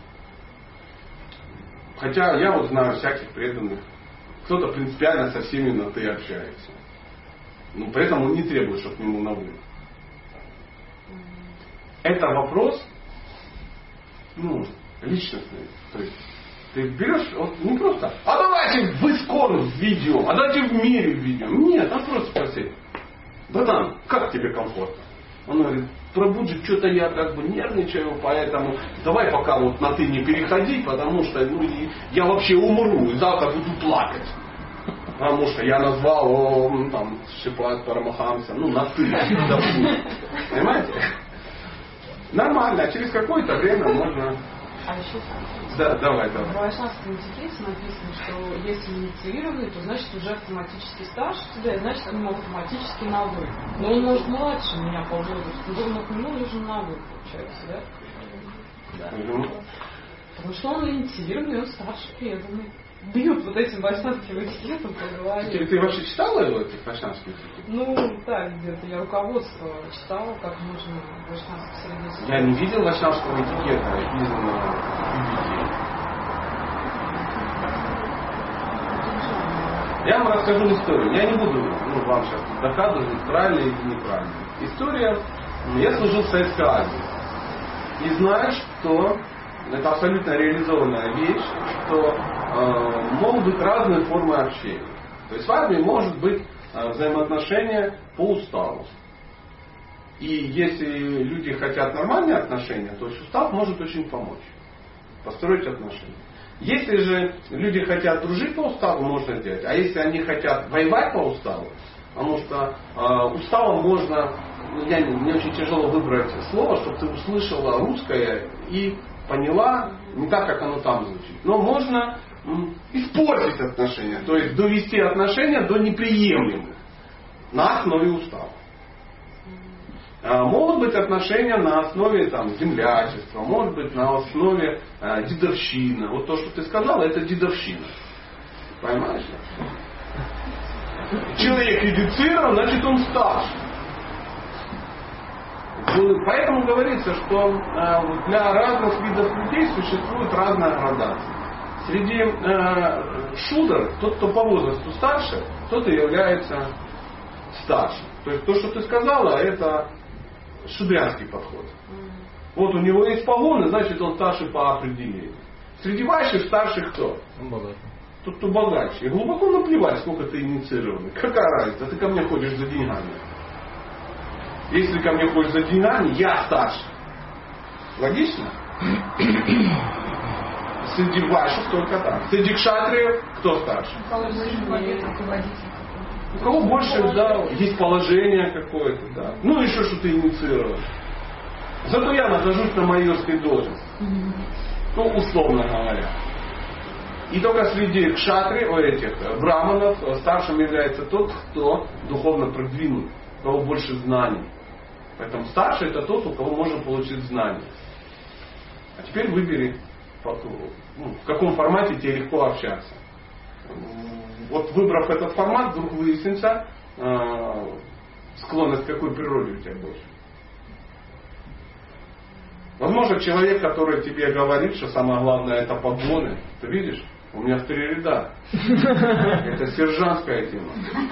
Хотя я знаю всяких преданных. Кто-то принципиально со всеми на ты общается. Но при этом он не требует, чтобы к нему на вы. Это вопрос, личностный. То есть ты берешь, не просто, а давайте в искон введем, а давайте в мире введем. Нет, он просто спросит, братан, как тебе комфортно? Он говорит, пробуджи, что-то я нервничаю, поэтому давай пока на ты не переходи, потому что я вообще умру и завтра буду плакать. Потому что я назвал Шипат Парамахамса, на ты, допустим. Понимаете? Нормально, а через какое-то время можно... А еще да, давай. В вайшнавском этикете написано, что если инициированный, то значит уже автоматически старше тебя, и значит ему автоматически на вы. Но он может младше меня по возрасту, но к нему нужен на вы, получается, да? Да. Потому что он инициированный, он старше, преданный. Бьют вот этим вайшнавским этикетом по голове. Ты вообще читала его, этих вайшнавских этикетов? Так, где-то я руководство читала, как нужно в вайшнавской среде. Я не видел вайшнавского этикета изданного в Библии. Я вам расскажу историю. Я не буду вам сейчас доказывать, правильно или неправильно. История. Я служил в Советской Азии. И знаю, что это абсолютно реализованная вещь, что могут быть разные формы общения. То есть в армии может быть взаимоотношения по уставу. И если люди хотят нормальные отношения, то устав может очень помочь построить отношения. Если же люди хотят дружить по уставу, можно сделать. А если они хотят воевать по уставу, потому что уставом можно, мне очень тяжело выбрать слово, чтобы ты услышала русское и поняла не так, как оно там звучит. Но можно испортить отношения, то есть довести отношения до неприемлемых на основе устава. Могут быть отношения на основе там, землячества, может быть на основе дедовщины. Вот то, что ты сказала, это дедовщина. Понимаешь? Человек инициирован, значит он старше. Поэтому говорится, что для разных видов людей существует разная градация. Среди шудр, тот, кто по возрасту старше, тот и является старшим. То есть то, что ты сказала, это шудрянский подход. Вот у него есть погоны, значит он старше по определению. Среди ваших старших кто? Тот, кто богаче. И глубоко наплевать, сколько ты инициированный. Какая разница? Ты ко мне ходишь за деньгами. Если ко мне ходишь за деньгами, я старше. Логично? Среди ваших только так. Среди кшатриев кто старше? У кого больше, да, есть положение какое-то, да. Ну еще что-то инициировано. Зато я нахожусь на майорской должности. Ну, условно говоря. И только среди кшатри, этих браманов, старшим является тот, кто духовно продвинут, у кого больше знаний. Поэтому старший это тот, у кого можно получить знания. А теперь выбери, в каком формате тебе легко общаться. Вот выбрав этот формат, вдруг выяснится, склонность к какой природе у тебя больше. Возможно, человек, который тебе говорит, что самое главное это погоны, ты видишь, у меня в 3 ряда. Это сержантская тема.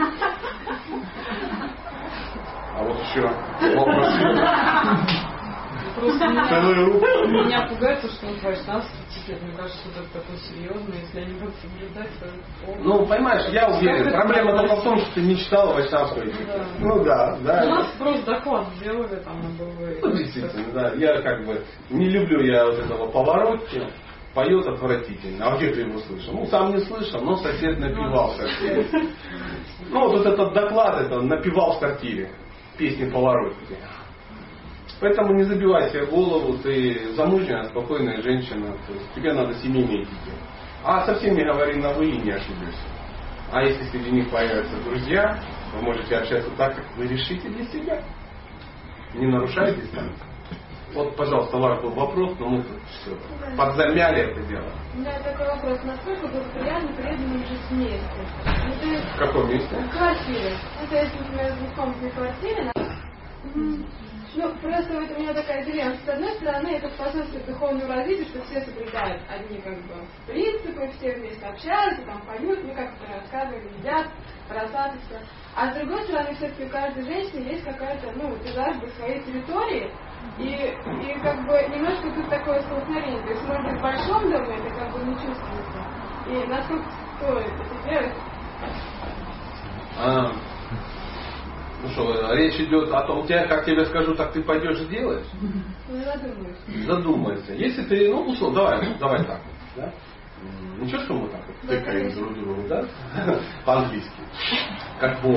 А вот еще вопрос. Просто меня пугает, что он вайшнавский этикет. Мне кажется, что это такой серьезный. Если они будут соблюдать, то... Ну, понимаешь, я уверен. Проблема только в том, что ты не читала вайшнавскую этикет. Да. Ну да. У нас просто доклад сделали, там было... Ну, действительно, да. Я как бы не люблю я вот этого Паваротти. Поет отвратительно. А где ты его слышал? Ну, сам не слышал, но сосед напевал в квартире. Ну, вот этот доклад, это напевал в квартире. Песни Паваротти. Поэтому не забивай себе голову, ты замужняя, спокойная женщина, то есть тебе надо семейный этикет. А со всеми говори на вы и не ошибешься. А если среди них появятся друзья, вы можете общаться так, как вы решите для себя. Не нарушайте дистанцию. Вот, пожалуйста, ваш был вопрос, но мы тут все подзамяли это дело. У меня такой вопрос. Насколько благоприятно преданным жить вместе? В каком месте? В квартире. Ну, то есть, например, в двухкомнатной квартире. Ну, просто вот у меня такая дилемма. С одной стороны, это способствует духовному развитию, что все соблюдают одни как бы принципы, все вместе общаются, там поют, ну как это рассказывали, едят, красавица. А с другой стороны, все-таки у каждой женщины есть какая-то, ну, жажда своей территории, и как бы немножко тут такое столкновение. То есть, может быть, в большом доме это как бы не чувствуется. И насколько стоит это делать? Ну что, речь идет о том, как тебе скажу, так ты пойдешь и сделаешь? Ну, задумаюсь. Задумайся. Если ты, ну, условно, давай так. Да? Ничего, что мы так вот тыкаем друг другу, да? По-английски. Как Бог.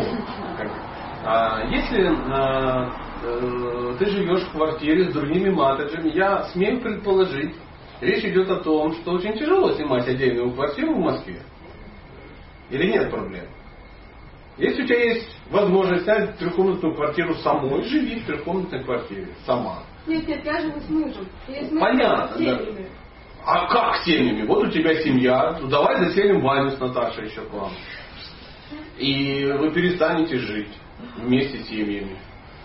Если ты живешь в квартире с другими матаджами, я смею предположить, речь идет о том, что очень тяжело снимать отдельную квартиру в Москве. Или нет проблем? Если у тебя есть возможность снять трехкомнатную квартиру самой, живи в трехкомнатной квартире сама. Нет, я живу с мужем. Понятно, да. А как с семьями? Вот у тебя семья, ну давай заселим Ваню с Наташей еще к вам. И вы перестанете жить вместе с семьями.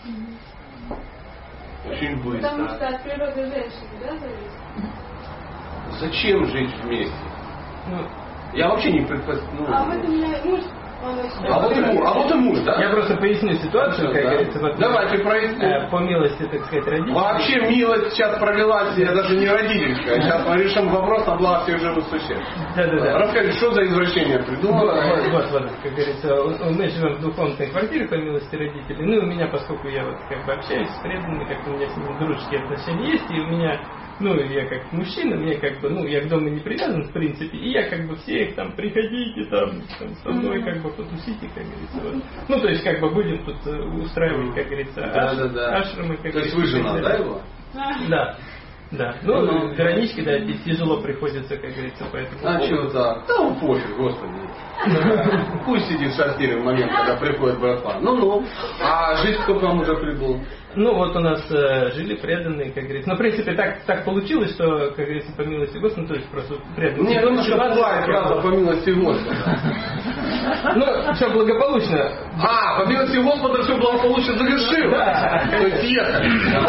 Очень быстро. Потому что от природы женщины, да, зависит? Зачем жить вместе? Я вообще не предпочитаю. А вот у меня муж... А вот и муж, да? Я просто поясню ситуацию, как говорится. Вот, давайте проясним. По милости, так сказать, родителей. Вообще милость сейчас провелась, я даже не родительская. Сейчас мы решим вопрос на благо всех живых существ. Да. Расскажи, что за извращение придумала? Вот, как говорится, мы живем в двухкомнатной квартире по милости родителей. Ну и у меня, поскольку я вот как бы общаюсь с преданными, как у меня с ними дружеские отношения есть, и у меня, ну, я как мужчина, мне как бы, ну, я к дому не привязан, в принципе, и я как бы всех там, приходите там со мной, как бы потусите, как говорится. Вот. Ну, то есть, как бы будем тут устраивать, как говорится, ашрамы. Как то есть вы жена, да, его? Да. Да. Ну, Вероничке, да, тяжело приходится, как говорится, поэтому. А что так? Да он пофиг, господи. Пусть сидит в шахтере в момент, когда приходит братва. Ну. А жить кто к вам уже прибыл? Ну, вот у нас жили преданные, как говорится. Ну, в принципе, так получилось, что, как говорится, по милости Господа, то есть просто преданные. Нет, ну что бывает, правда, по милости Господа. Ну, все благополучно. По милости Господа все благополучно завершилось. То есть ехали.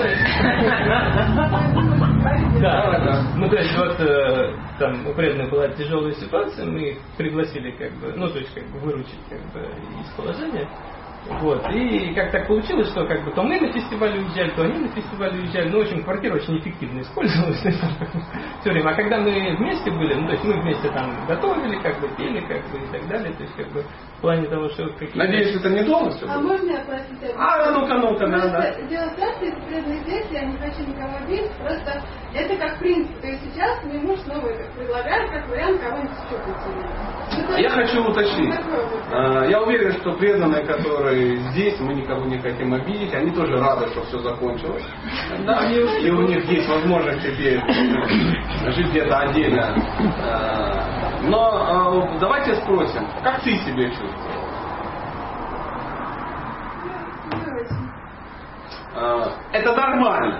Да. Ну, то есть, вот там у преданных была тяжелая ситуация, мы их пригласили, как бы, ну, то есть, как бы, выручить, как бы, из положения. Вот. И как так получилось, что как бы то мы на фестивале уезжали, то они на фестивале уезжали. Ну, в общем, квартира очень эффективно использовалась все время. А когда мы вместе были, ну, то есть мы вместе там готовили, как бы пели, как бы и так далее. То есть, как бы в плане того, что какие-то... Надеюсь, это не дома все? А можно я спросить? Ну-ка, да. Дело в том, что из преданных здесь, я не хочу никого обидеть, просто это как принцип. То есть сейчас мне муж новый предлагает, как вариант кого-нибудь еще потерять. Я хочу уточнить. Я уверен, что преданные, которые здесь, мы никого не хотим обидеть, они тоже рады, что все закончилось. Да, и у них есть возможность теперь жить где-то отдельно. Но давайте спросим, как ты себя чувствуешь? Это нормально.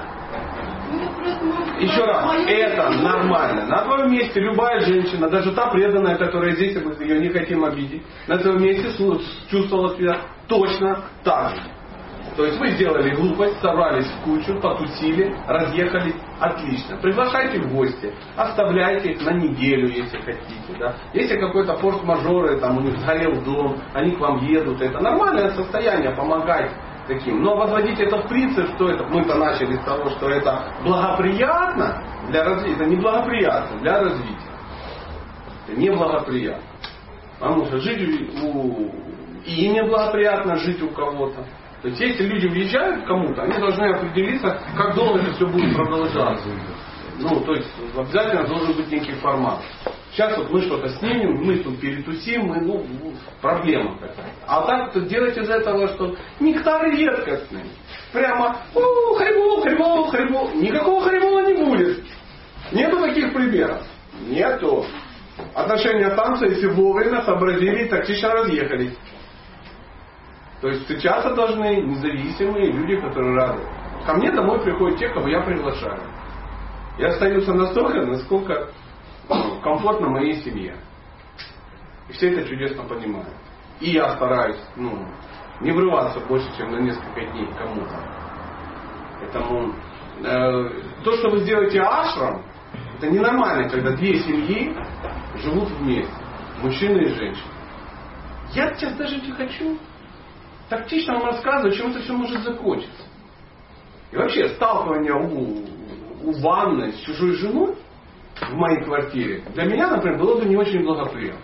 Еще раз, это нормально. На твоем месте любая женщина, даже та преданная, которая здесь, мы ее не хотим обидеть, на твоем месте чувствовала себя точно так же. То есть вы сделали глупость, собрались в кучу, потусили, разъехались, отлично. Приглашайте в гости, оставляйте их на неделю, если хотите. Да? Если какой-то форс-мажоры, там у них сгорел дом, они к вам едут, это нормальное состояние, помогать таким. Но возводить это в принцип, что это, мы-то начали с того, что это благоприятно для развития, это не благоприятно для развития. Это не благоприятно. Потому что жить и неблагоприятно жить у кого-то. То есть если люди въезжают к кому-то, они должны определиться, как долго это все будет продолжаться. Ну, то есть обязательно должен быть некий формат. Сейчас вот мы что-то снимем, мы тут перетусим, проблема какая-то. А так тут делать из этого, что нектар редкостный. Прямо хребол. Никакого хребола не будет. Нету таких примеров. Нету. Отношения останутся, если вовремя сообразили и тактично разъехались. То есть встречаться должны независимые люди, которые рады. Ко мне домой приходят те, кого я приглашаю. Я остаюсь настолько, насколько комфортно моей семье. И все это чудесно понимают. И я стараюсь не врываться больше, чем на несколько дней к кому-то. Поэтому то, что вы сделаете ашрам, это ненормально, когда две семьи живут вместе. Мужчина и женщина. Я сейчас даже не хочу тактично вам рассказывать, чем это все может закончиться. И вообще сталкивание у ванны с чужой женой в моей квартире для меня, например, было бы не очень благоприятно.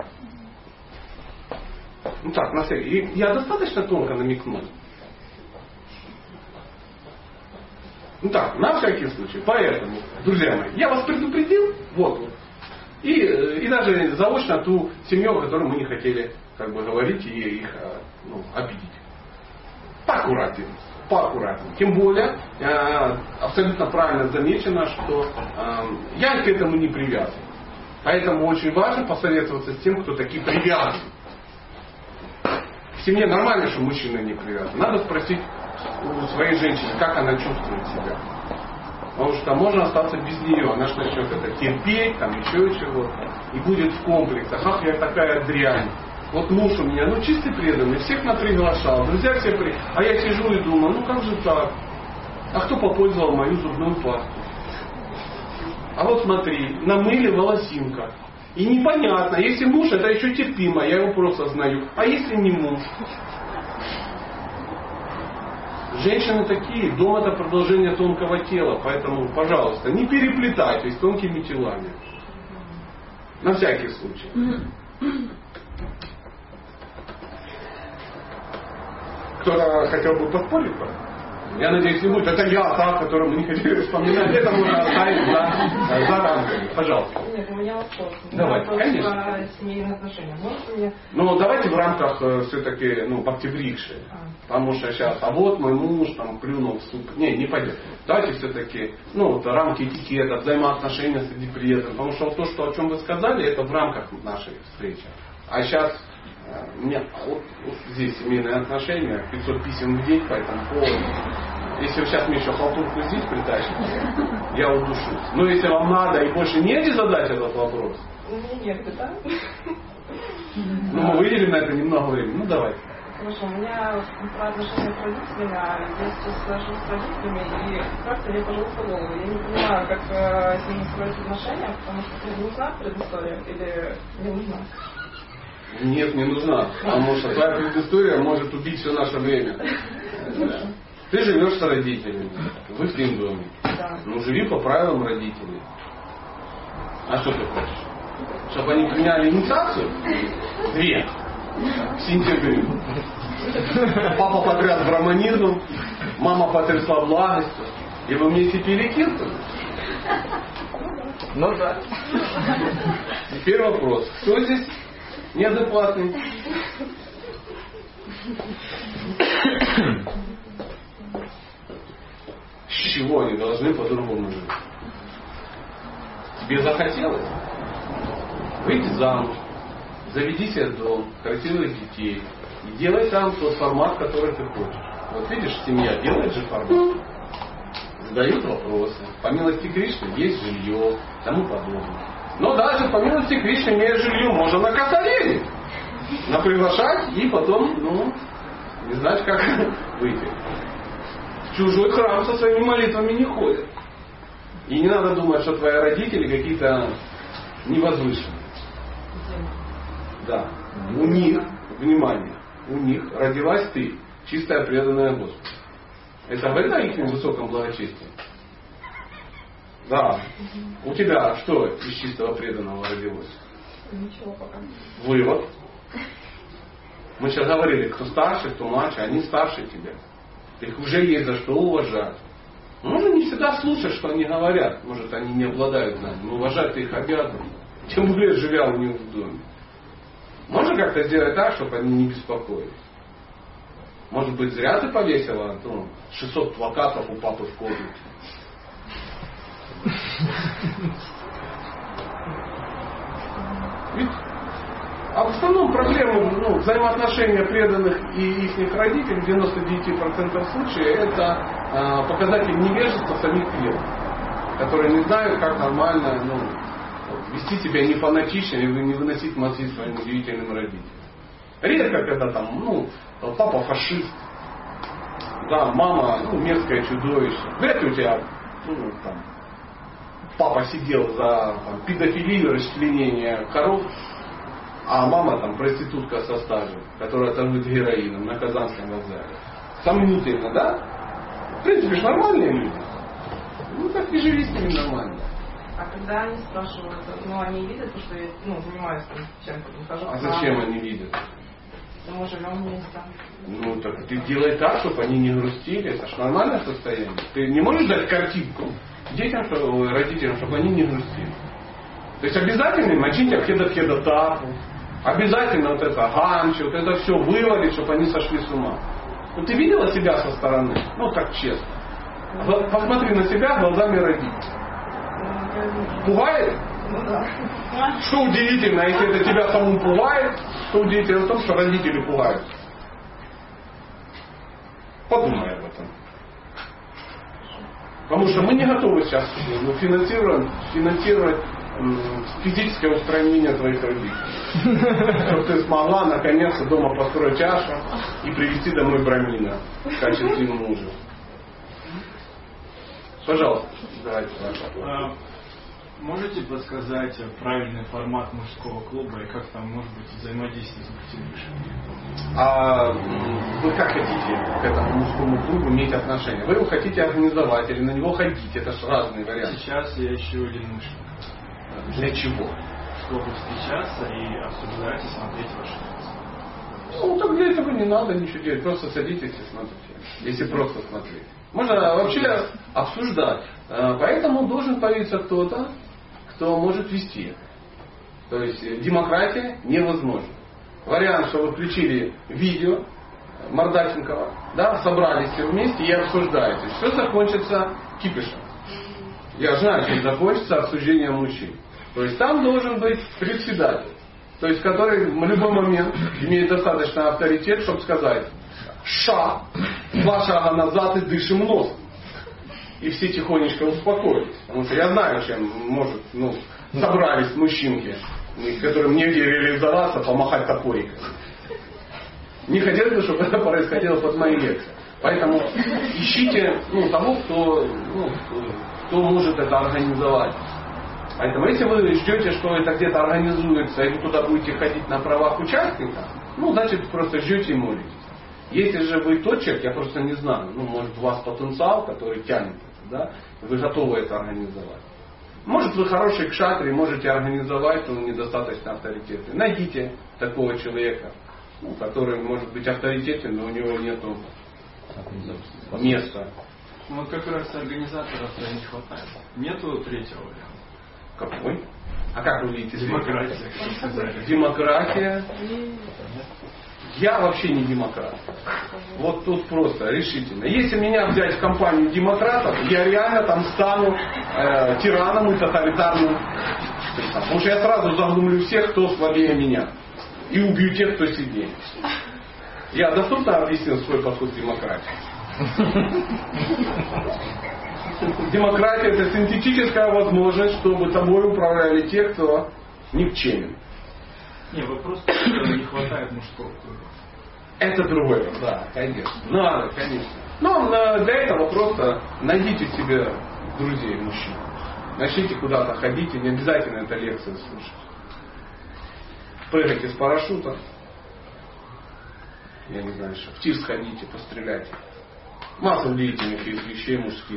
Ну так, на всякий. Я достаточно тонко намекнул. Ну так, на всякий случай. Поэтому, друзья мои, я вас предупредил, вот. И даже заочно ту семью, о которой мы не хотели говорить и их обидеть. Поаккуратнее. Тем более, абсолютно правильно замечено, что я к этому не привязан. Поэтому очень важно посоветоваться с тем, кто таки привязан. В семье нормально, что мужчина не привязан. Надо спросить у своей женщины, как она чувствует себя. Потому что можно остаться без нее. Она же начнет это терпеть, там еще чего-то. И будет в комплексах. Ах, я такая дрянь. Вот муж у меня, чистый преданный, всех приглашал, друзья все А я сижу и думаю, как же так? А кто попользовал мою зубную пасту? А вот смотри, намыли волосинка. И непонятно, если муж, это еще терпимо, я его просто знаю. А если не муж? Женщины такие, дом это продолжение тонкого тела, поэтому, пожалуйста, не переплетайтесь тонкими телами. На всякий случай. Кто-то хотел бы поспорить? Я надеюсь, не будет. Это я, та, которую мы не хотели вспоминать. Это можно оставить за рамками. Пожалуйста. Нет, у меня вопрос. Давай, конечно. Про семейные отношения. Может мне... Ну, давайте в рамках все-таки, в октябрикши. Потому что сейчас, а вот мой муж там плюнул в суп. Не пойдет. Давайте все-таки, рамки этикета, взаимоотношения среди приятелей. Потому что то, что, о чем вы сказали, это в рамках нашей встречи. А сейчас у меня вот здесь семейные отношения, 500 писем в день по этому поводу. Если вы сейчас мне еще халтурку здесь притащите, я удушусь. Но если вам надо и больше негде задать этот вопрос, Нет, да? мы выделим на это немного времени. Давайте. Хорошо, у меня про отношения с родителями, я сейчас сажусь с родителями, и как-то мне пожалуйста голову. Я не понимаю, как с ними строить отношения, потому что мне нужна предыстория или не нужна? Нет, не нужна. Потому что твоя предыстория может убить все наше время. Ты живешь с родителями, вы в один доме. Да. Живи по правилам родителей. А что ты хочешь? Чтобы они приняли инициацию? 2. Сентябрь. Папа потряс браманизм, мама потрясла благостью. И вы мне цепили кирту? Ну да. Теперь вопрос. Кто здесь неадекватный? С чего они должны по-другому жить? Тебе захотелось? Выйди замуж, заведи себе дом, красивых детей и делай там тот формат, который ты хочешь. Вот видишь, семья делает же формат. Задают вопросы. По милости Кришны есть жилье, тому подобное. Но даже по милости Кришны, имея жилье, можно на косарение. Приглашать и потом, не знать, как выйти. В чужой храм со своими молитвами не ходят. И не надо думать, что твои родители какие-то невозвышенные. Да. У них, внимание, у них родилась ты, чистая преданная Господу. Это в этом их высоком благочестии? Да. У тебя что из чистого преданного родилось? Ничего пока. Вывод. Мы сейчас говорили, кто старше, кто младше, они старше тебя. Их уже есть за что уважать. Можно не всегда слушать, что они говорят. Может, они не обладают знанием. Но уважать ты их обязан. Тем более, живя у них в доме. Можно как-то сделать так, чтобы они не беспокоились? Может быть, зря ты повесила 600 плакатов у папы в комнате? Ведь а в основном проблемы взаимоотношения преданных и их родителей в 99% случаев это показатель невежества самих преданных, которые не знают, как нормально вести себя не фанатично и не выносить мозги своим удивительным родителям. Редко, когда папа фашист, да, мама мерзкое чудовище. Вряд ли у тебя папа сидел за педофилию, расчленение коров, а мама проститутка со стажем, которая торгует героином на Казанском вокзале. Сомнительно, да? В принципе, же нормальные люди. Так и живи с ними нормально. А когда они спрашивают, они видят, что я занимаюсь чем-то, хожу. А зачем они видят? Мы живем вместе. Так ты делай так, чтобы они не грустили. Это же нормальное состояние. Ты не можешь дать картинку детям, родителям, чтобы они не грустили. То есть обязательно мочить ахедатхедатапу, обязательно это ганчи, это все вывалить, чтобы они сошли с ума. Ты видела себя со стороны? Так честно. Посмотри на себя глазами родителей. Пугает? Да. Что удивительно, если это тебя самому пугает, что удивительно в том, что родители пугают. Подумай об этом. Потому что мы не готовы сейчас финансировать физическое устранение твоих родителей. Чтобы ты смогла наконец-то дома построить чашу и привезти домой брамина в качестве мужа. Пожалуйста. Давайте. Можете подсказать правильный формат мужского клуба и как там может быть взаимодействие с активистами? А вы как хотите к этому мужскому клубу иметь отношение? Вы его хотите организовать или на него ходить? Это же разные варианты. Сейчас я ищу единомышленников. Для чего? Чтобы встречаться и обсуждать и смотреть ваши лекции. Ну, так для этого не надо ничего делать. Просто садитесь и смотрите. Если просто смотреть. Можно вообще обсуждать. Поэтому должен появиться кто-то, кто может вести. То есть демократия невозможна. Вариант, что вы включили видео Мордасенкова, да, собрались все вместе и обсуждаете. Все закончится кипишем. Я знаю, чем закончится обсуждение мужчин. То есть там должен быть председатель. То есть который в любой момент имеет достаточно авторитет, чтобы сказать: ша, 2 шага назад и дышим носом. И все тихонечко успокоились. Потому что я знаю, чем может, собрались мужчинки, которым негде реализоваться, помахать топориком. Не хотелось бы, чтобы это происходило под моей лекцией. Поэтому ищите того, кто может это организовать. Поэтому если вы ждете, что это где-то организуется, и вы туда будете ходить на правах участника, значит просто ждете и молитесь. Если же вы тот человек, я просто не знаю, может у вас потенциал, который тянет это, да, вы готовы это организовать. Может вы хороший кшатри, можете организовать, но недостаточно авторитетный. Найдите такого человека, который может быть авторитетен, но у него нет места. Вот как раз организаторов не хватает. Нету третьего варианта. Какой? А как вы видите? Демократия. Демократия. Я вообще не демократ. Вот тут просто решительно. Если меня взять в компанию демократов, я реально там стану тираном и тоталитарным. Потому что я сразу заглумлю всех, кто слабее меня. И убью тех, кто сильнее. Я доступно объяснил свой подход к демократии? Демократия — это синтетическая возможность, чтобы тобой управляли те, кто никчемен. Не, вопрос, что не хватает мужского клуба. Это другое, да, конечно. Надо, конечно. Но для этого просто найдите себе друзей мужчин. Начните куда-то ходить, и не обязательно это лекцию слушать. Прыгайте с парашюта. Я не знаю, что в тир сходите, постреляйте. Масса удивительных вещей мужских.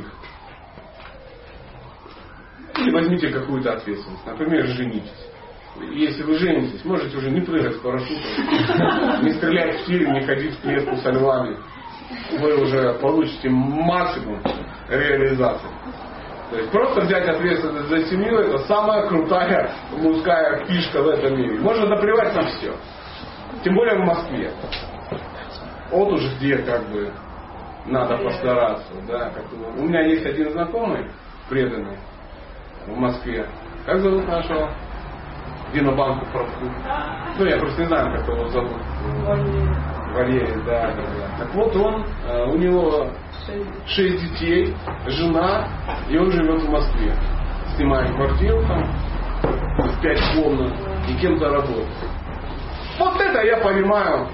Или возьмите какую-то ответственность. Например, женитесь. Если вы женитесь, можете уже не прыгать с парашютом, не стрелять в тир, не ходить в клетку со львами. Вы уже получите максимум реализации. То есть просто взять ответственность за семью — это самая крутая мужская фишка в этом мире. Можно наплевать на все. Тем более в Москве. Вот уж где надо постараться. Да, у меня есть один знакомый, преданный, в Москве. Как зовут нашего? Винобанку правку. Я просто не знаю, как его зовут. Валерий, да. Так вот он, у него 6 детей, жена, и он живет в Москве. Снимает квартиру там, 5 комнат, и кем-то работает. Вот это я понимаю,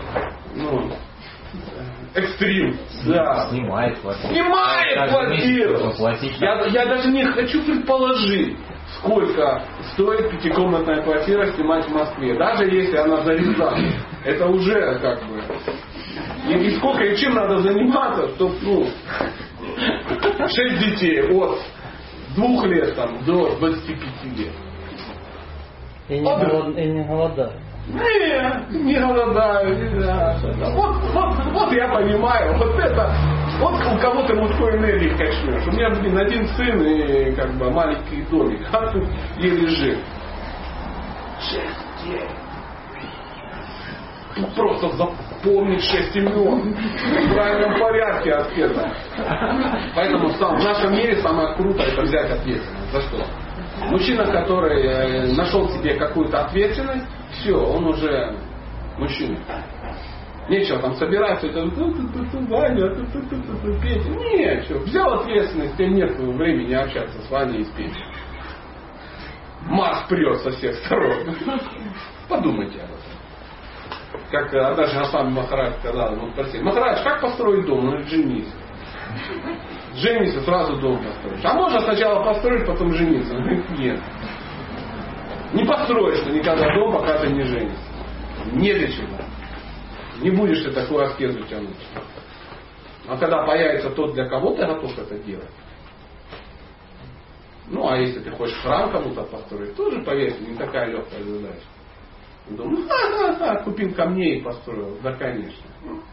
экстрим. Да. Снимает квартиру. Снимает квартиру! Я даже не хочу предположить, сколько стоит 5-комнатная квартира снимать в Москве. Даже если она за Рязань. Это уже И сколько и чем надо заниматься, чтобы 6 детей от 2 лет до 25 лет. И не голодаю. Не голодаю. Вот я понимаю. Вот у кого-то мужской энергии качнешь. У меня, один сын и маленький домик. А тут еле жив. 6 лет. Тут просто запомнить 6 имен. В правильном порядке аскеза. Поэтому в нашем мире самое крутое — это взять ответственность. За что? Мужчина, который нашел себе какую-то ответственность, все, он уже мужчина. Нечего там собираться, Ваня, Петя. Нет, что, взял ответственность, тебе нет времени общаться с Ваней и с Петей. Марс прет со всех сторон. Подумайте об этом. Как однажды Госвами Махарадж сказал, Махарадж, как построить дом? Он говорит, женись. Женись, сразу дом построишь. А можно сначала построить, потом жениться? Он говорит, нет. Не построишь ты никогда дом, пока ты не женишься. Не для чего. Не будешь ты такую аскезу тянуть. А когда появится тот, для кого ты готов это делать. А если ты хочешь храм кому-то построить, тоже, поверьте, не такая легкая задача. Думаю, купил камней и построил. Да, конечно.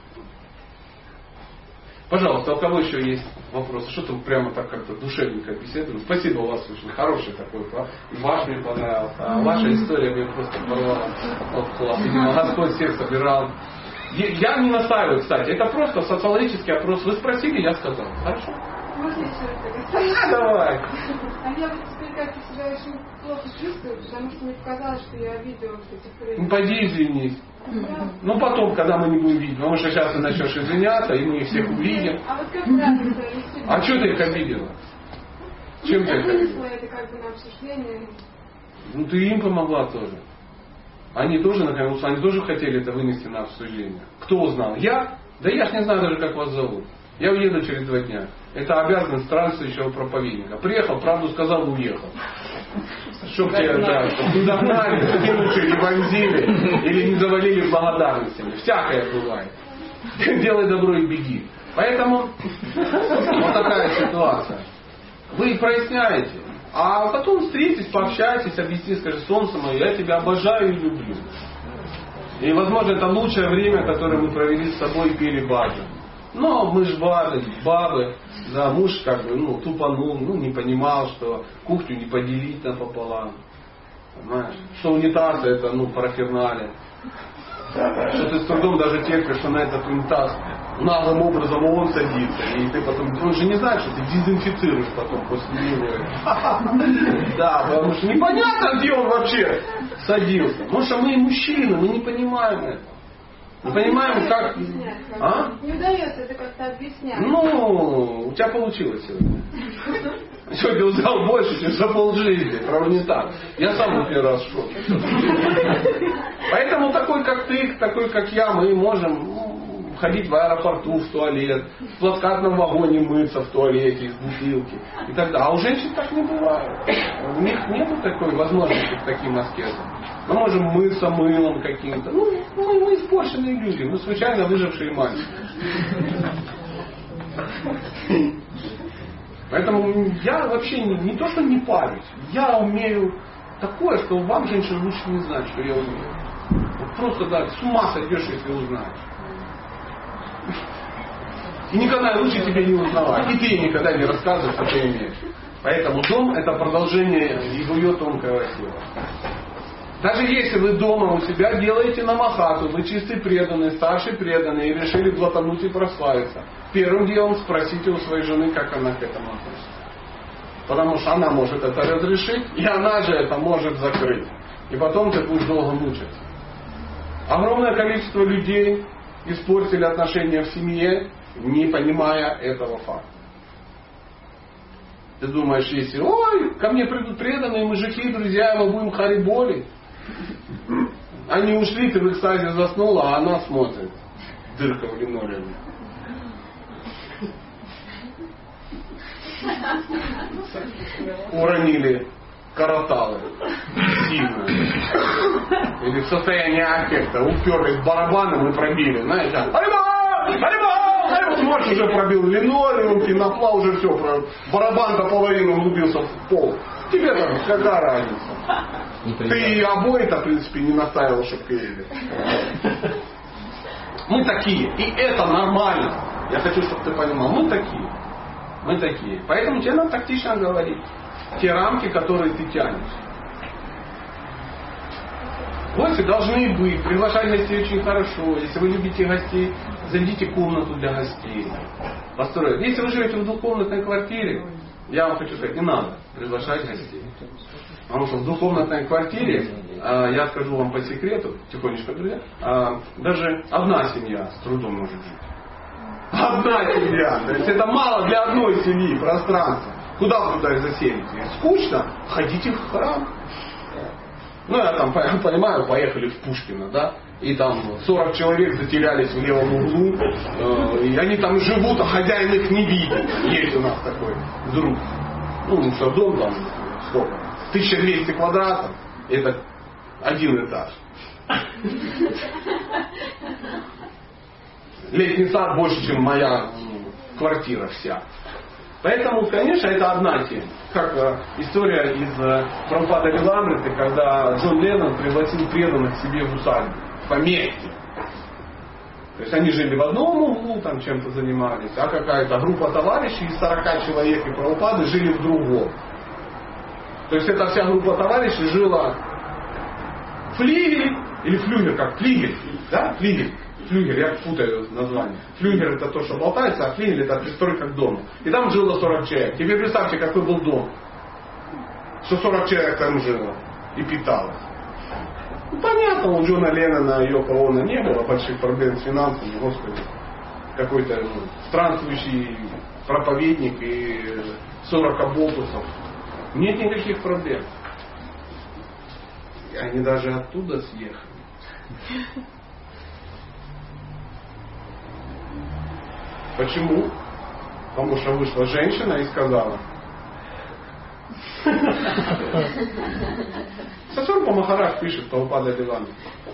Пожалуйста, у кого еще есть вопросы? Что-то прямо так как-то душевненько беседуем. Спасибо, у вас очень хороший такой. Ваш мне понравился. А ваша история мне просто порвала. Вот класс. Видимо, Господь всех собирал. Я не настаиваю, кстати. Это просто социологический опрос. Вы спросили, я сказал. Хорошо? Можно еще раз так? Давай. А я вот теперь как-то себя очень плохо чувствую, потому что мне показалось, что я обидела этих Ну людей. пойди извинись. Ну потом, когда мы не будем видеть. Потому что сейчас ты начнешь извиняться, и мы их всех увидим. А вот как правильно? А что ты их обидела? Чем ты Я их обидела? вынесла это как бы на обсуждение. Ну ты им помогла тоже. Они тоже, наконец, они тоже хотели это вынести на обсуждение. Кто узнал? Я? Да я ж не знаю даже, как вас зовут. Я уеду через 2 дня. Это обязанность странствующего проповедника. Приехал, правду сказал, уехал. Чтоб тебя не догнали, скинувши, не вонзили или не завалили благодарностями. Всякое бывает. Делай добро и беги. Поэтому вот такая ситуация. Вы проясняете. А потом встретитесь, пообщайтесь, объясните, скажите: солнце мое, я тебя обожаю и люблю. И, возможно, это лучшее время, которое мы провели с собой и пели баджан. Но мы ж бабы, да, муж как бы, тупанул, не понимал, что кухню не поделить напополам. Понимаешь? Что унитаз это, параферналия. Что ты с трудом даже терпишь, что на этот унитаз наглым образом он садится. И ты потом, он же не знает, что ты дезинфицируешь потом после него. Да, потому что непонятно, где он вообще садился. Потому что мы мужчины, мы не понимаем это. Не понимаем, как... А? Не удается это как-то объяснять. У тебя получилось сегодня. Сегодня узнал больше, чем за полжизни про унитаз. Я сам был первый раз в шоке. Поэтому такой, как ты, такой, как я, мы можем ходить в аэропорту, в туалет, в плацкартном вагоне мыться в туалете из бутылки и так далее. А у женщин так не бывает. У них нет такой возможности к таким аскезам. Мы можем мыться мылом каким-то. Мы испорченные люди, мы случайно выжившие мальчики. Поэтому я вообще не то, что не парюсь, я умею такое, что вам, женщин, лучше не знать, что я умею. Вот просто, да, с ума сойдешь, если узнаешь. И никогда лучше тебе не узнавать. И ты никогда не рассказываешь, что ты умеешь. Поэтому дом — это продолжение ее тонкого тела. Даже если вы дома у себя делаете намахату, вы чистый преданный, старший преданный и решили глотануть и прославиться, первым делом спросите у своей жены, как она к этому относится. Потому что она может это разрешить, и она же это может закрыть. И потом ты будешь долго мучиться. Огромное количество людей испортили отношения в семье, не понимая этого факта. Ты думаешь, если, ко мне придут преданные мужики, друзья, мы будем хариболи. Они ушли, ты в экстазе заснула, а она смотрит. Дырка в линолеуме. Уронили караталы. Сильно. Или в состоянии аффекта уперлись барабаном и пробили. Знаешь, ночь уже пробил линолеум, пеноплав, уже все. Барабан до половины углубился в пол. Тебе там какая разница? Ты и обои-то, в принципе, не настаивал, чтобы клеили. Мы такие. И это нормально. Я хочу, чтобы ты понимал. Мы такие. Мы такие. Поэтому тебе надо тактично говорить. Те рамки, которые ты тянешь. Гости должны быть. Приглашать гостей очень хорошо. Если вы любите гостей, зайдите в комнату для гостей. Построить. Если вы живете в двухкомнатной квартире, я вам хочу сказать, не надо приглашать гостей. Потому что в двухкомнатной квартире, я скажу вам по секрету, тихонечко, друзья, даже одна семья с трудом может жить. Одна семья. То есть это мало для одной семьи пространства. Куда вы туда заселите? Скучно? Ходите в храм. Я там понимаю, поехали в Пушкино, да? И там 40 человек затерялись в левом углу. И они там живут, а хозяин их не видит. Есть у нас такой друг. Что дом там сколько? 1200 квадратов. Это один этаж. Летний сад больше, чем моя квартира вся. Поэтому, конечно, это одна тема. Как история из Прабхупады Лиламриты, когда Джон Леннон пригласил преданных к себе в усадьбу, в поместье. То есть они жили в одном углу, там чем-то занимались, а какая-то группа товарищей из 40 человек и Прабхупады жили в другом. То есть эта вся группа товарищей жила флигель, или флюгер, как флигель, да, флигель. Флюгер, я путаю название. Флюгер это то, что болтается, а флигель это история как дом. И там жило 40 человек. Теперь представьте, какой был дом. Что 40 человек там жило и питалось. Ну, понятно, у Джона Леннона и Йоко Оно не было больших проблем с финансами. Господи, какой-то странствующий проповедник и 40 оболтусов. Нет никаких проблем. И они даже оттуда съехали. Почему? Потому что вышла женщина и сказала. Сасурба Махарадж пишет Прабхупада Лиламриты.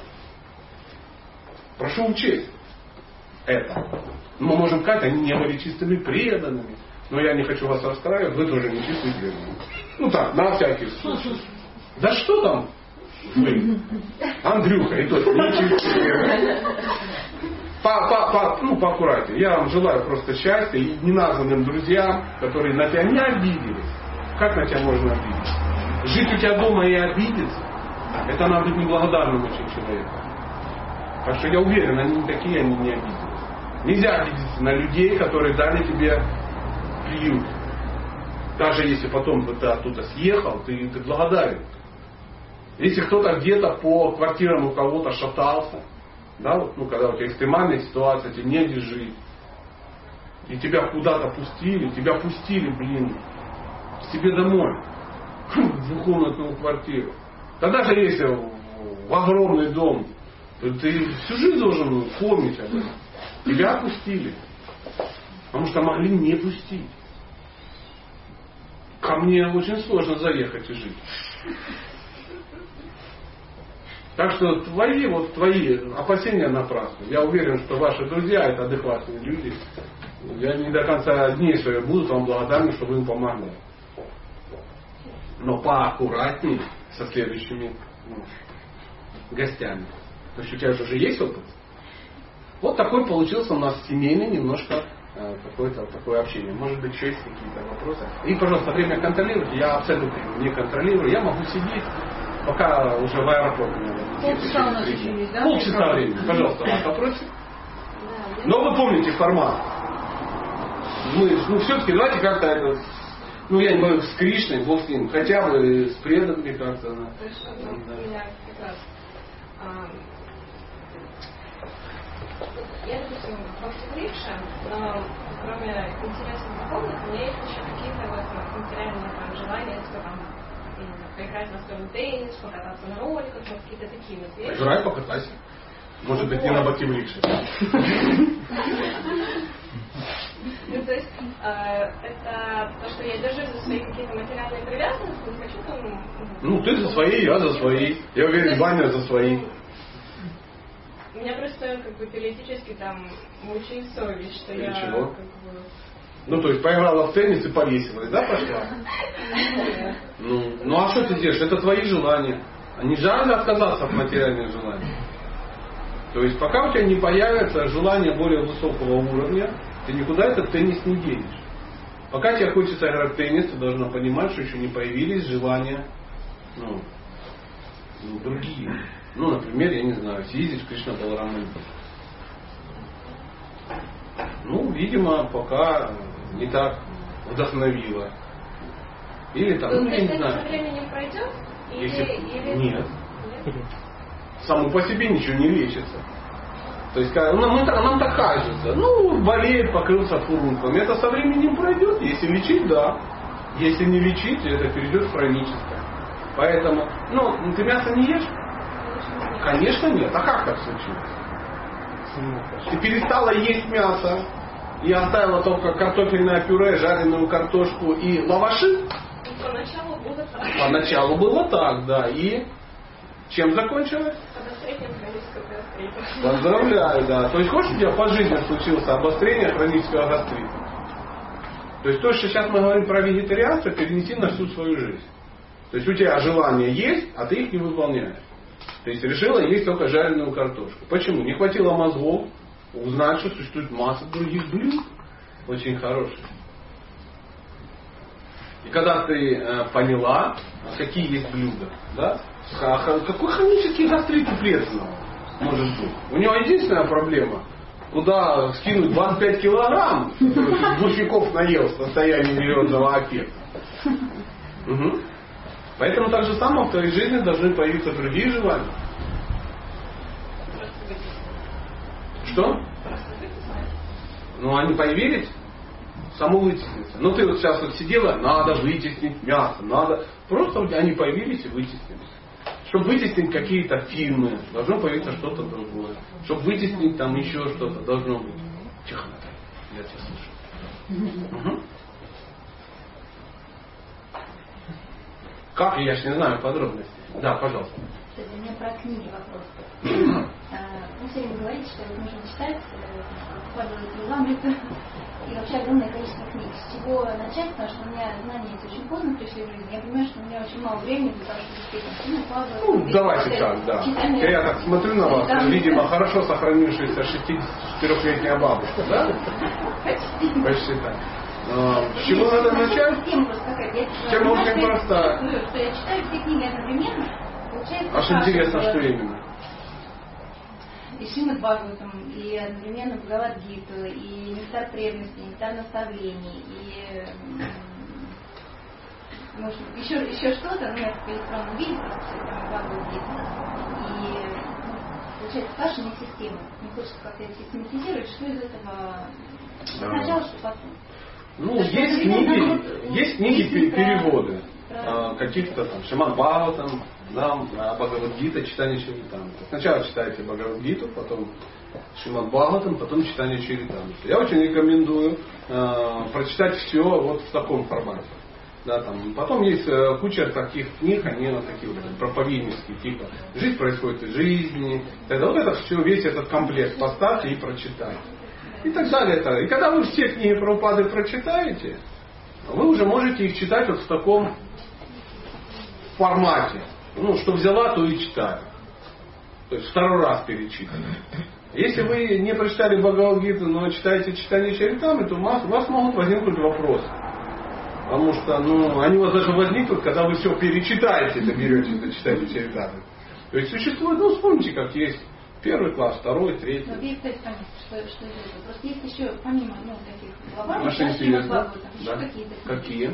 Прошу учесть это. Мы можем сказать, они не были чистыми преданными. Но я не хочу вас расстраивать, вы тоже не чистые преданные. Ну так, на всякий случай. Да что там вы? Андрюха, и тот не чистый преданный. Поаккуратнее. Я вам желаю просто счастья и неназванным друзьям, которые на тебя не обиделись. Как на тебя можно обидеться? Жить у тебя дома и обидеться, это надо быть неблагодарным очень человеком. Так что я уверен, они не такие, они не обиделись. Нельзя обидеться на людей, которые дали тебе приют. Даже если потом ты оттуда съехал, ты благодарен. Если кто-то где-то по квартирам у кого-то шатался, да, вот, когда у тебя экстремальная ситуация, тебе негде жить, и тебя куда-то пустили, к себе домой, в двухкомнатную квартиру. Да даже если в огромный дом, то ты всю жизнь должен помнить об этом. Тебя пустили, потому что могли не пустить. Ко мне очень сложно заехать и жить. Так что твои опасения напрасны. Я уверен, что ваши друзья это адекватные люди. И они до конца дней своих будут вам благодарны, что вы им помогли. Но поаккуратнее со следующими гостями. То есть у тебя же уже есть опыт. Вот такой получился у нас семейный немножко такое общение. Может быть, еще есть какие-то вопросы. И, пожалуйста, время контролируйте. Я абсолютно не контролирую. Я могу сидеть, пока уже в аэропорт не надо. Полчаса у нас еще есть, да? Полчаса времени. Пожалуйста, вас попросим. Но вы помните формат. Все-таки давайте как-то это... я не говорю с Кришной, Бог с ним. Хотя бы с преданными как-то. То есть, у меня как раз... Я, допустим, бхакти-врикша, но кроме интересов духовных, у меня есть еще какие-то материальные желания, что там поиграть на столе теннис, покататься на роликах, какие-то такие вот вещи. Играй, покатайся. Может быть, не на бхакти-врикше. То есть, это то, что я держусь за свои какие-то материальные привязанности, не хочу там... Ты за свои, я за свои. Я уверен, Ваня за свои. Меня просто периодически там мучает совесть, что я чего? То есть поиграла в теннис и повесилась, да, пошла? А что ты делаешь? Это твои желания. Нельзя отказаться от материальных желаний. То есть пока у тебя не появится желание более высокого уровня, ты никуда этот теннис не денешь. Пока тебе хочется играть в теннис, ты должна понимать, что еще не появились желания другие. Например, я не знаю, съездить в Кришна-Балараманdir. Видимо, пока не так вдохновило. Или там, я не знаю. Со временем пройдет? Нет. Само по себе ничего не лечится. То есть, нам так кажется. Болеет, покрылся фурункулами. Это со временем пройдет. Если лечить, да. Если не лечить, это перейдет в хроническое. Поэтому, ты мясо не ешь? Конечно нет. А как так случилось? Ты перестала есть мясо и оставила только картофельное пюре, жареную картошку и лаваши? Поначалу было так. Поначалу было так, да. И чем закончилось? Обострение хронического гастрита. Поздравляю, да. То есть, хочешь, у тебя по жизни случилось обострение хронического гастрита? То есть то, что сейчас мы говорим про вегетарианство, перенеси на всю свою жизнь. То есть у тебя желания есть, а ты их не выполняешь. То есть решила есть только жареную картошку. Почему? Не хватило мозгов узнать, что существует масса других блюд, очень хороших. И когда ты поняла, какие есть блюда, да, какой хронический гастрит у Плесного может быть? У него единственная проблема, куда скинуть 25 килограмм, двух веков наел в состоянии миллионного аппета. Угу. Поэтому так же самое в твоей жизни должны появиться другие желания. Что? Ну, они появились, само вытеснится. Ну, ты вот сейчас вот сидела, надо вытеснить мясо, надо. Просто они появились и вытеснились. Чтобы вытеснить какие-то фильмы, должно появиться что-то другое. Чтобы вытеснить там еще что-то, должно быть. Тихо, Наталья, я тебя слышу. Угу. Как? Я ж не знаю подробностей. Да, пожалуйста. У меня про книги вопрос. Вы все время говорите, что нужно читать, вкладывать Ламбрика и вообще огромное количество книг. С чего начать? Потому что у меня знания это очень поздно пришли в жизнь. Я понимаю, что у меня очень мало времени для того, чтобы успеть сильно вкладывать. Ну, давайте так, да. Я так смотрю на вас, видимо, хорошо сохранившаяся 64-летняя бабушка, да? Почти так. С чего надо начать? Тема очень простая. Что я читаю все книги одновременно. Аж интересно, что именно? И Шримад Бхагаватам, и одновременно Бхагавад-гиту, и Нектар преданности, Нектар наставлений, и может, еще что-то, ну я в электронном виде, просто все это Бхагавад-гиту. И получается каша не система. Мне хочется как-то систематизировать, что из этого сначала, что потом. Ну, есть книги переводы каких-то там Шримад Бхагаватам, Бхагавад-гита, читание Чаритамриты. Сначала читайте Бхагавад-гиту, потом Шримад Бхагаватам, потом читание Чаритамриты. Я очень рекомендую прочитать все вот в таком формате. Да, там. Потом есть куча таких книг, они вот такие вот проповеднические, типа «Жизнь происходит из жизни». Тогда вот это все, весь этот комплект поставьте и прочитайте. И так далее. И когда вы все книги Прабхупады прочитаете, вы уже можете их читать вот в таком формате. Ну, что взяла, то и читаю. То есть второй раз перечитываю. Если вы не прочитали Бхагавад-гиту, но читаете читание Чаритамриты, то у вас могут возникнуть вопросы. Потому что они у вас даже возникнут, когда вы все перечитаете, доберетесь до читания Чаритамриты. То есть существует, вспомните, как есть первый класс, второй, третий. Но есть понять, что из этого. Просто есть еще, помимо таких глобальных, еще какие-то. Какие?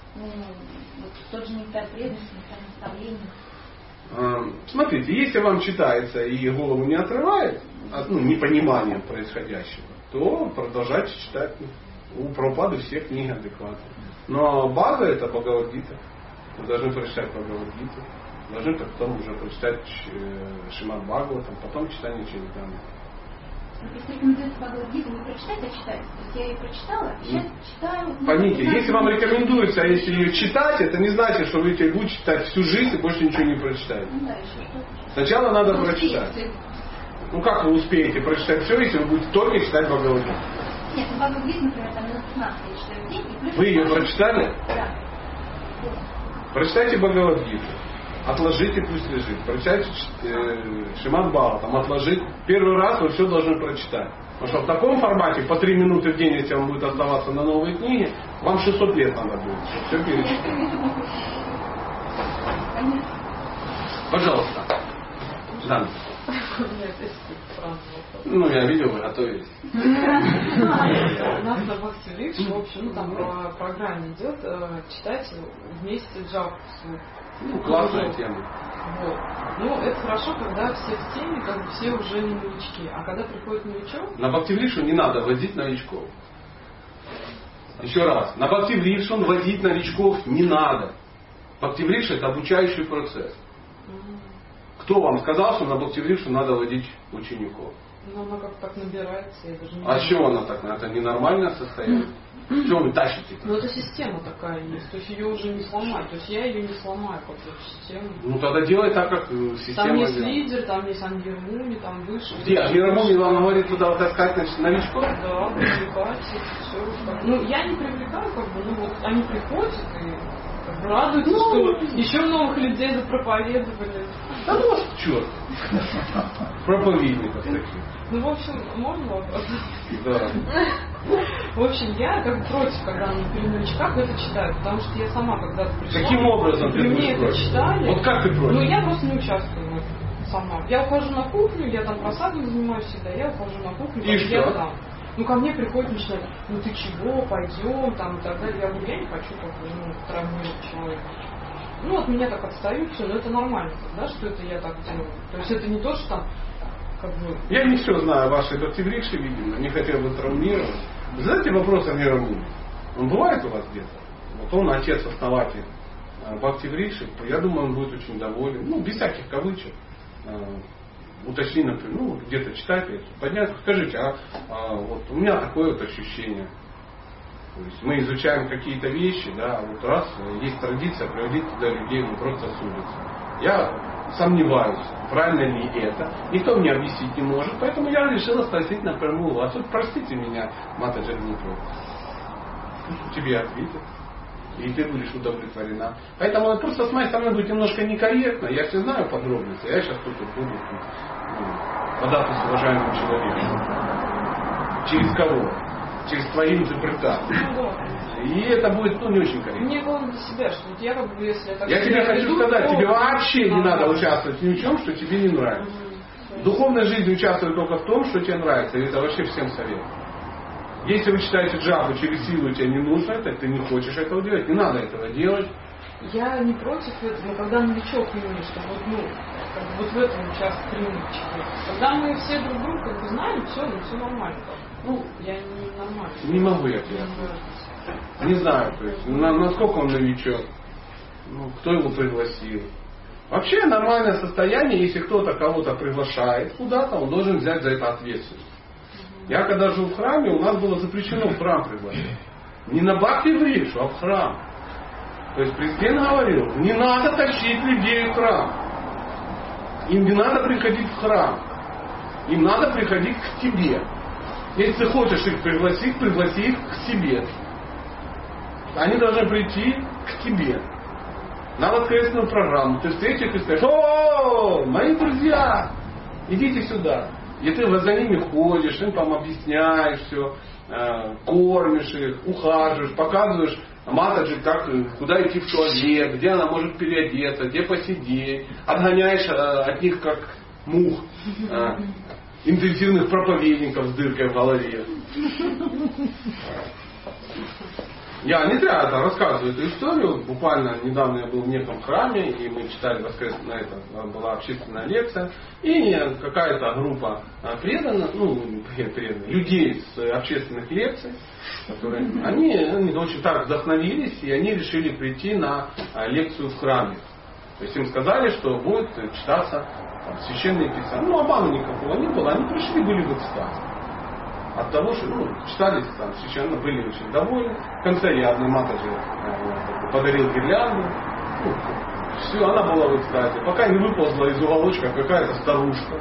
Вот тот же Нектар преданности, Нектар наставлений. Смотрите, если вам читается и голову не отрывает от непонимания происходящего, то продолжайте читать. У Прабхупады все книги адекватны. Но база это Бхагавад-гита. Вы должны прочитать Бхагавад-гиту. Должны потом уже прочитать Шримад Бхагаватам, потом читание Чаритамриты. Если рекомендуется Бхагавад-гиту не прочитать, а читать. То есть я ее прочитала, сейчас читаю. Поймите, если вам рекомендуется, а если ее читать, это не значит, что вы будете читать всю жизнь и больше ничего не прочитаете. Да, еще что-то. Сначала надо прочитать. Как вы успеете прочитать все, если вы будете только читать Бхагавад-гиту? Нет, Бхагавад-гиту, например, там минут 15 я читаю в день. И плюс вы ее прочитали? Да. Прочитайте Бхагавад-гиту. Отложите, пусть лежит. Прочитайте Шримад Бхагаватам, отложить. Первый раз вы все должны прочитать. Потому что в таком формате, по 3 минуты в день, если вам будет оставаться на новые книги, вам 600 лет надо будет, чтобы все перечитать. Пожалуйста. Жанна. Я видел, вы готовились. У нас на Бхакти-Ликш, в общем, там по программе идет читать вместе джапу. Классная тема. Вот. Это хорошо, когда все в теме, все уже не новички. А когда приходит новичок... На Бхакти-Ликшу не надо водить новичков. Еще раз. На Бхакти-Ликшу водить новичков не надо. Бхакти-Ликша это обучающий процесс. Кто вам сказал, что на Бхакти-Ликшу надо водить учеников? Но она как так набирается, я даже не А знаю. с чего она так? Это ненормальное состояние? Чего вы тащите? Ну это система такая есть, то есть ее уже не сломать, то есть я ее не сломаю, как эту систему. Ну тогда делай так, как система Там есть делает. лидер, там есть Ангермуни, там выше. Где? Ангермуни вам говорит туда таскать, значит, новичков? Да, привлекать, все. Ну я не привлекаю, как бы, ну вот они приходят и как бы радуются, что еще новых людей запроповедовали. Да ну вас черт. Проповедников таких. Ну, в общем, можно вопрос? Да. В общем, я как бы против, когда при новичках это читают, потому что я сама когда-то пришла. Каким образом ты при будешь мне это против? читали. Вот как ты против? Ну, я просто не участвую в этом сама. Я ухожу на кухню, я там просадкой занимаюсь всегда, я ухожу на кухню, И я что? там. Ну, ко мне приходят, начинают, ну ты чего, пойдем, там и так далее. Я говорю, я не хочу как бы, травмировать человека. Ну, от меня так отстают, все, но это нормально, да, что это я так делаю. То есть это не то, что там, как бы... Я не все знаю о вашей Бхактиврикше, видимо, не хотел бы травмировать. Задайте вопрос о Ангермуни. Он бывает у вас где-то? Вот он отец-основатель Бхактиврикши, я думаю, он будет очень доволен. Ну, без всяких кавычек. Уточни, например, ну, где-то читатель, поднять, скажите, вот у меня такое вот ощущение. То есть мы изучаем какие-то вещи, да, вот раз есть традиция приводить туда людей просто с улицы. Я сомневаюсь, правильно ли это. Никто мне объяснить не может, поэтому я решила спросить напрямую вас. Вот простите меня, Матаджи Дмитрий. Тебе ответят. И ты будешь удовлетворена. Поэтому просто с моей стороны будет немножко некорректно. Я все знаю подробности. Я сейчас тут буду податься с уважаемым человеком. Через кого? Через твою интерпретацию. Ну, да. И это будет не очень корректно. Мне главное для себя, что вот я как бы, если я так... Я тебе хочу веду, сказать, то... тебе вообще не надо участвовать ни в чем, что тебе не нравится. В духовной жизни участвуй только в том, что тебе нравится. И это вообще всем совет. Если вы читаете джапу через силу, тебе не нужно это, ты не хочешь этого делать, не надо этого делать. Я не против этого, но когда новичок именно, что вот, ну, как бы вот в этом участвует принципе. Когда мы все друг друга как бы знаем, все нормально. Ну, я не нормально. Не могу я тебе. Не знаю, то есть, насколько он новичок, ну, кто его пригласил. Вообще нормальное состояние, если кто-то кого-то приглашает куда-то, он должен взять за это ответственность. Я когда жил в храме, у нас было запрещено в храм приглашать. Не на Бхактиврикшу, а в храм. То есть президент говорил, не надо тащить людей в храм. Им не надо приходить в храм. Им надо приходить к тебе. Если ты хочешь их пригласить, пригласи их к себе. Они должны прийти к тебе. На воскресную программу. Ты встретишь и скажешь, о, мои друзья, идите сюда. И ты за ними ходишь, им там объясняешь все, кормишь их, ухаживаешь, показываешь Матаджи, как, куда идти в туалет, где она может переодеться, где посидеть, отгоняешь от них как мух интенсивных проповедников с дыркой в голове. Я не зря рассказываю эту историю. Буквально недавно я был в неком храме, и мы читали воскресная, это была общественная лекция, и какая-то группа преданных, людей с общественных лекций, которые, они очень так вдохновились, и они решили прийти на лекцию в храме. То есть им сказали, что будет читаться священные писания. Ну, обмана никакого не было, они пришли, были в экстазе. От того, что читали там священно, были очень довольны. В конце я одной Матаджи подарил гирлянду. Все, она была в экстазе. Пока не выползла из уголочка какая-то старушка.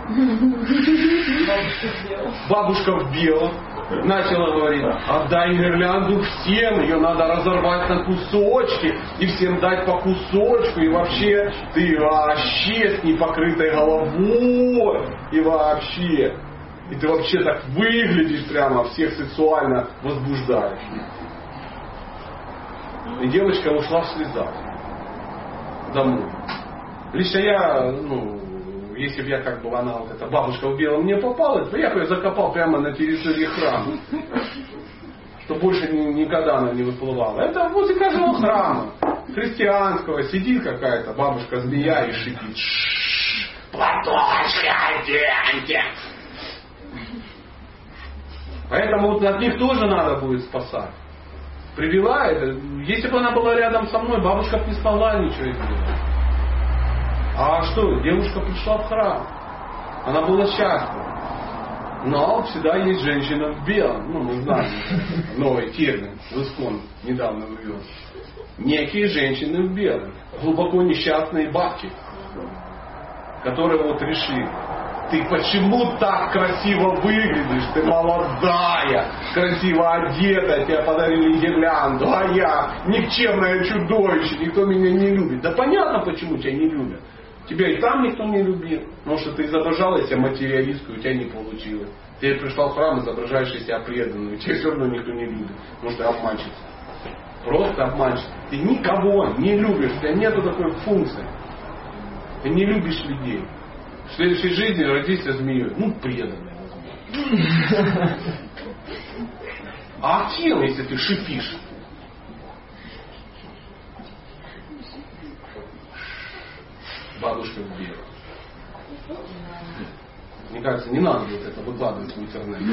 Бабушка в белом. Начала говорить, отдай гирлянду всем, ее надо разорвать на кусочки и всем дать по кусочку, и вообще ты вообще с непокрытой головой, и вообще ты так выглядишь прямо, всех сексуально возбуждаешь. И девочка ушла в слезах домой. Лично я, если бы я как бы она, вот эта бабушка в белом не попала, то я бы ее закопал прямо на территории храма. Что больше никогда она не выплывала. Это возле каждого храма христианского сидит какая-то бабушка-змея и шипит. Платочки оденьте! Поэтому вот от них тоже надо будет спасать. Привела это. Если бы она была рядом со мной, бабушка бы не смогла ничего сделать. А что, девушка пришла в храм. Она была счастлива. Но всегда есть женщина в белом. Ну, мы знаем новый термин. Вискон недавно ввел. Некие женщины в белом. Глубоко несчастные бабки. Которые вот решили. Ты почему так красиво выглядишь? Ты молодая, красиво одета, тебе подарили гирлянду, а я никчемное чудовище, никто меня не любит. Да понятно, почему тебя не любят. Тебя и там никто не любил. Потому что ты изображала себя материалистку, у тебя не получилось. Ты пришла в храм, изображаешь себя преданную, тебя все равно никто не любит. Потому что ты обманщица. Просто обманщица. Ты никого не любишь, у тебя нету такой функции. Ты не любишь людей. В следующей жизни родишься змеей. Ну, преданная, возможно. А кем, если ты шипишь? Бабушка в белом. Мне кажется, не надо вот это выкладывать в интернет.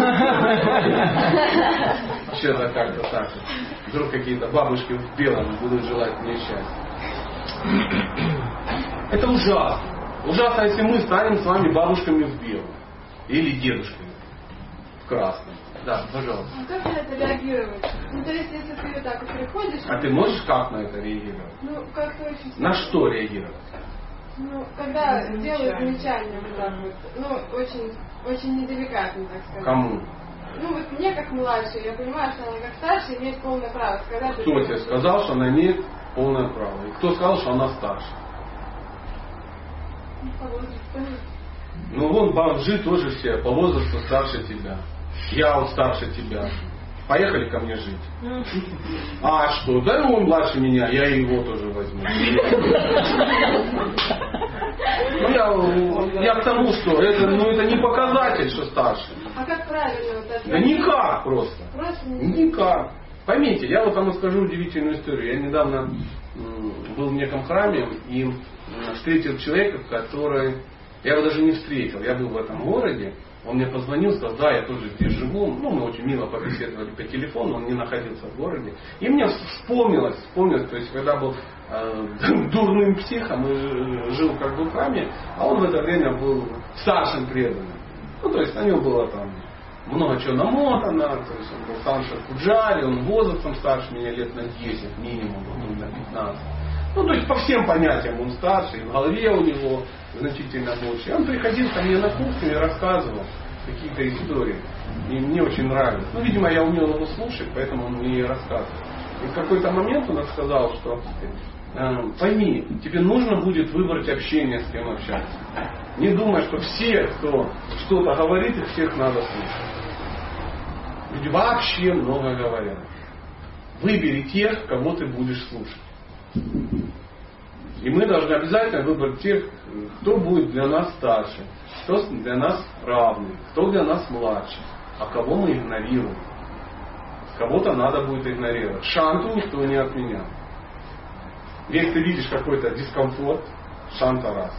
Что-то как-то так. Вдруг какие-то бабушки в белом будут желать мне счастья. Это ужасно. Ужасно, если мы станем с вами бабушками в белом. Или дедушками в красном. Да, пожалуйста. А как на это реагировать? Ну, то есть, если ты вот так вот приходишь... А ты можешь как на это реагировать? Ну, как-то очень... На что реагировать? Ну, когда делают замечания вот так вот, ну, очень, очень неделикатно, так сказать. Кому? Ну, вот мне как младшей, я понимаю, что она как старше имеет полное право сказать... Кто тебе сказал, что она имеет полное право? И кто сказал, что она старше? По возрасту. Ну, вон бомжи тоже все по возрасту старше тебя. Я вот старше тебя. Поехали ко мне жить. А что? Да и он младше меня, я его тоже возьму. Ну, я к тому, что это не показатель, что старше. А как правильно вот это? Да никак просто. Просто никак. Поймите, я вот вам расскажу удивительную историю. Я недавно был в неком храме и встретил человека, который... Я его даже не встретил. Я был в этом городе. Он мне позвонил, сказал, да, я тоже здесь живу. Ну, мы очень мило побеседовали по телефону, он не находился в городе. И мне вспомнилось, то есть, когда был дурным психом и жил как бы в храме, а он в это время был старшим преданным. Ну, то есть, на нем было там много чего намотано, то есть, он был Санша Пуджари, он возрастом старше меня лет на 10 минимум, на 15. Ну, то есть, по всем понятиям он старше, и в голове у него значительно больше. И он приходил ко мне на кухню и рассказывал какие-то истории. И мне очень нравилось. Ну, видимо, я умел его слушать, поэтому он мне и рассказывал. И в какой-то момент он сказал, что пойми, тебе нужно будет выбрать общение, с кем общаться. Не думай, что все, кто что-то говорит, их всех надо слушать. Люди вообще много говорят. Выбери тех, кого ты будешь слушать. И мы должны обязательно выбрать тех, кто будет для нас старше, кто для нас равный, кто для нас младше, а кого мы игнорируем. Кого-то надо будет игнорировать. Шанту никто не отменял. Если ты видишь какой-то дискомфорт, шанта раз.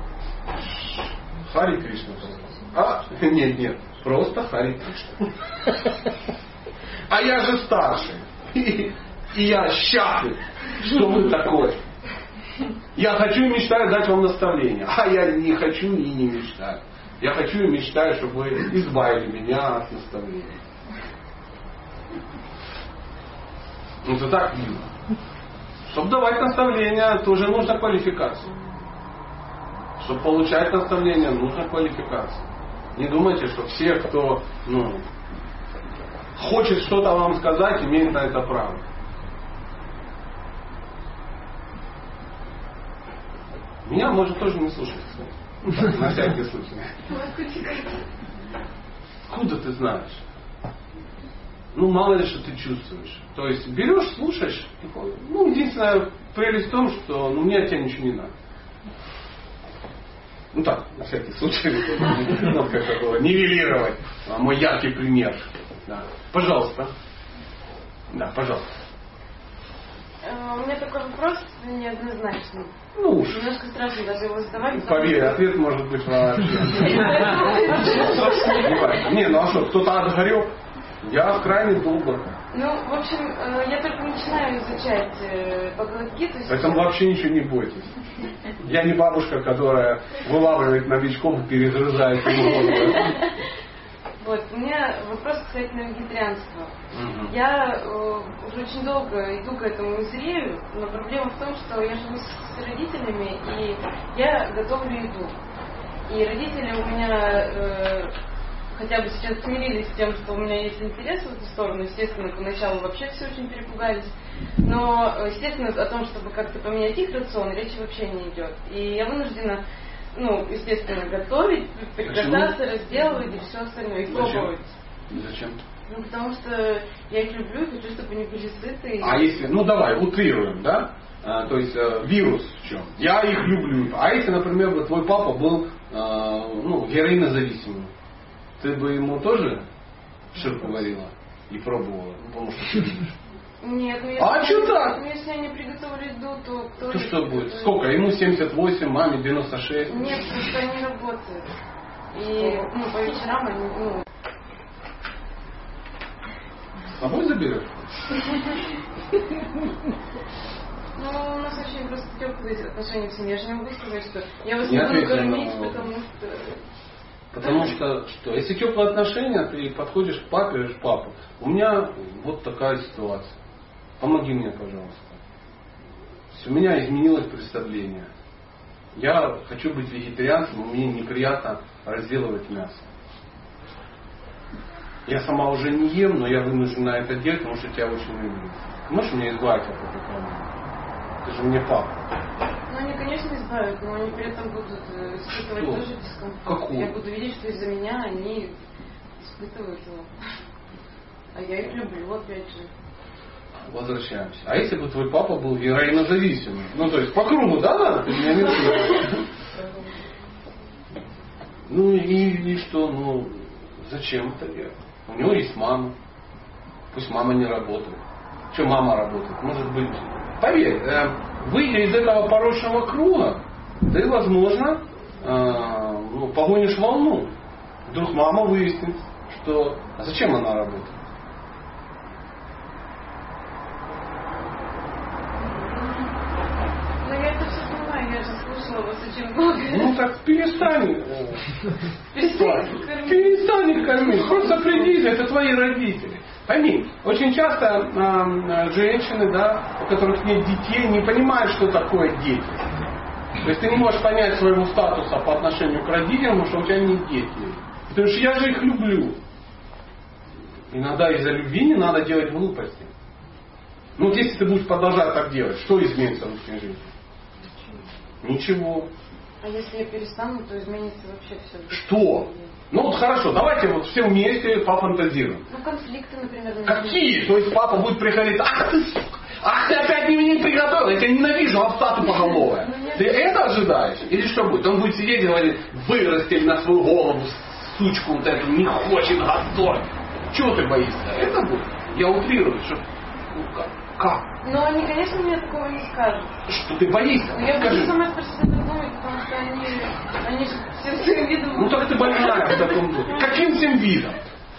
Хари Кришна. Нет, просто Хари Кришна. А я же старший. И я счастлив, что вы такой. Я хочу и мечтаю дать вам наставление. А я не хочу и не мечтаю. Я хочу и мечтаю, чтобы вы избавили меня от наставления. Ну, это так видно. Чтобы давать наставления, тоже нужна квалификация. Чтобы получать наставления, нужна квалификация. Не думайте, что все, кто хочет что-то вам сказать, имеет на это право. Меня может тоже не слушать, кстати. На всякий случай. Откуда ты знаешь? Ну, мало ли, что ты чувствуешь. То есть, берешь, слушаешь. Ну, единственная прелесть в том, что мне от тебя ничего не надо. Ну так, на всякий случай. Ну, как такого, нивелировать. Мой яркий пример. Да. Пожалуйста. Да, пожалуйста. У меня такой вопрос неоднозначный. Ну уж. Немножко страшно даже его задавать. Поверь, ответ может быть вообще. Не, ну а что, кто-то отгорел? Я крайне долго. Ну, в общем, я только начинаю изучать Бхагавад-гиту. Поэтому вообще ничего не бойтесь. Я не бабушка, которая вылавливает новичков и перегрызает им голову. Вот, у меня вопрос касательно вегетарианства. Я уже очень долго иду к этому и зрею, но проблема в том, что я живу с родителями, и я готовлю еду. И родители у меня хотя бы сейчас смирились с тем, что у меня есть интерес в эту сторону. Естественно, поначалу вообще все очень перепугались. Но, естественно, о том, чтобы как-то поменять их рацион, речи вообще не идет. И я вынуждена, естественно, готовить, прикасаться, разделывать и все остальное, и пробовать. Зачем? Потому что я их люблю и хочу, чтобы они были сыты. А если, давай, утрируем, да? То есть вирус в чем? Я их люблю. А если, например, твой папа был героинозависимым, ты бы ему тоже ширку варила и пробовала? Потому что ты любишь. Нет, что так? Если я не приготовлю еду, то кто... То что будет? Сколько? Ему 78, маме 96? Нет, потому что они работают. И по вечерам они... С собой заберешь? У нас очень просто теплые отношения в семье. Я же не могу сказать, что я вас не буду кормить, потому что... Потому что, если теплые отношения, ты подходишь к папе и говоришь: папа, у меня вот такая ситуация. Помоги мне, пожалуйста. У меня изменилось представление. Я хочу быть вегетарианцем, но мне неприятно разделывать мясо. Я сама уже не ем, но я вынуждена это делать, потому что тебя очень люблю. Ты можешь меня избавить от этой проблемы? Ты же мне папа. Они, конечно, избавят, но они при этом будут испытывать тоже дискомфорт. Какой? Я буду видеть, что из-за меня они испытывают его. А я их люблю, опять же. Возвращаемся. А если бы твой папа был героинозависимым? То есть по кругу, да, надо? Ты меня не слышишь. И что? Зачем это делать? У него есть мама. Пусть мама не работает. Что мама работает? Может быть, поверь, выйдя из этого порочного круга, ты, возможно, погонишь волну. Вдруг мама выяснит, что... А зачем она работает? Я это все понимаю, я же слушала вас очень много. Так перестань. Перестань их кормить. Просто приди, это твои родители. Пойми, очень часто женщины, у которых нет детей, не понимают, что такое дети. То есть ты не можешь понять своего статуса по отношению к родителям, потому что у тебя нет детей. Потому что я же их люблю. Иногда из-за любви не надо делать глупости. Если ты будешь продолжать так делать, что изменится в твоей жизни? Ничего. А если я перестану, то изменится вообще все. Что? Хорошо, давайте все вместе пофантазируем. Конфликты, например. Какие? То есть папа будет приходить: ах ты опять не приготовил, я тебя ненавижу, овца тупоголовая. Ты это ожидаешь? Или что будет? Он будет сидеть и говорить: вырастили на свою голову сучку вот эту, не хочет готовить. Чего ты боишься? Это будет? Я утрирую, что... Как? Но они, конечно, мне такого не скажут. Что ты боишься? Я буду сама про себя думать, потому что они же всем своим видом... так ты больная в таком духе. Каким всем видом?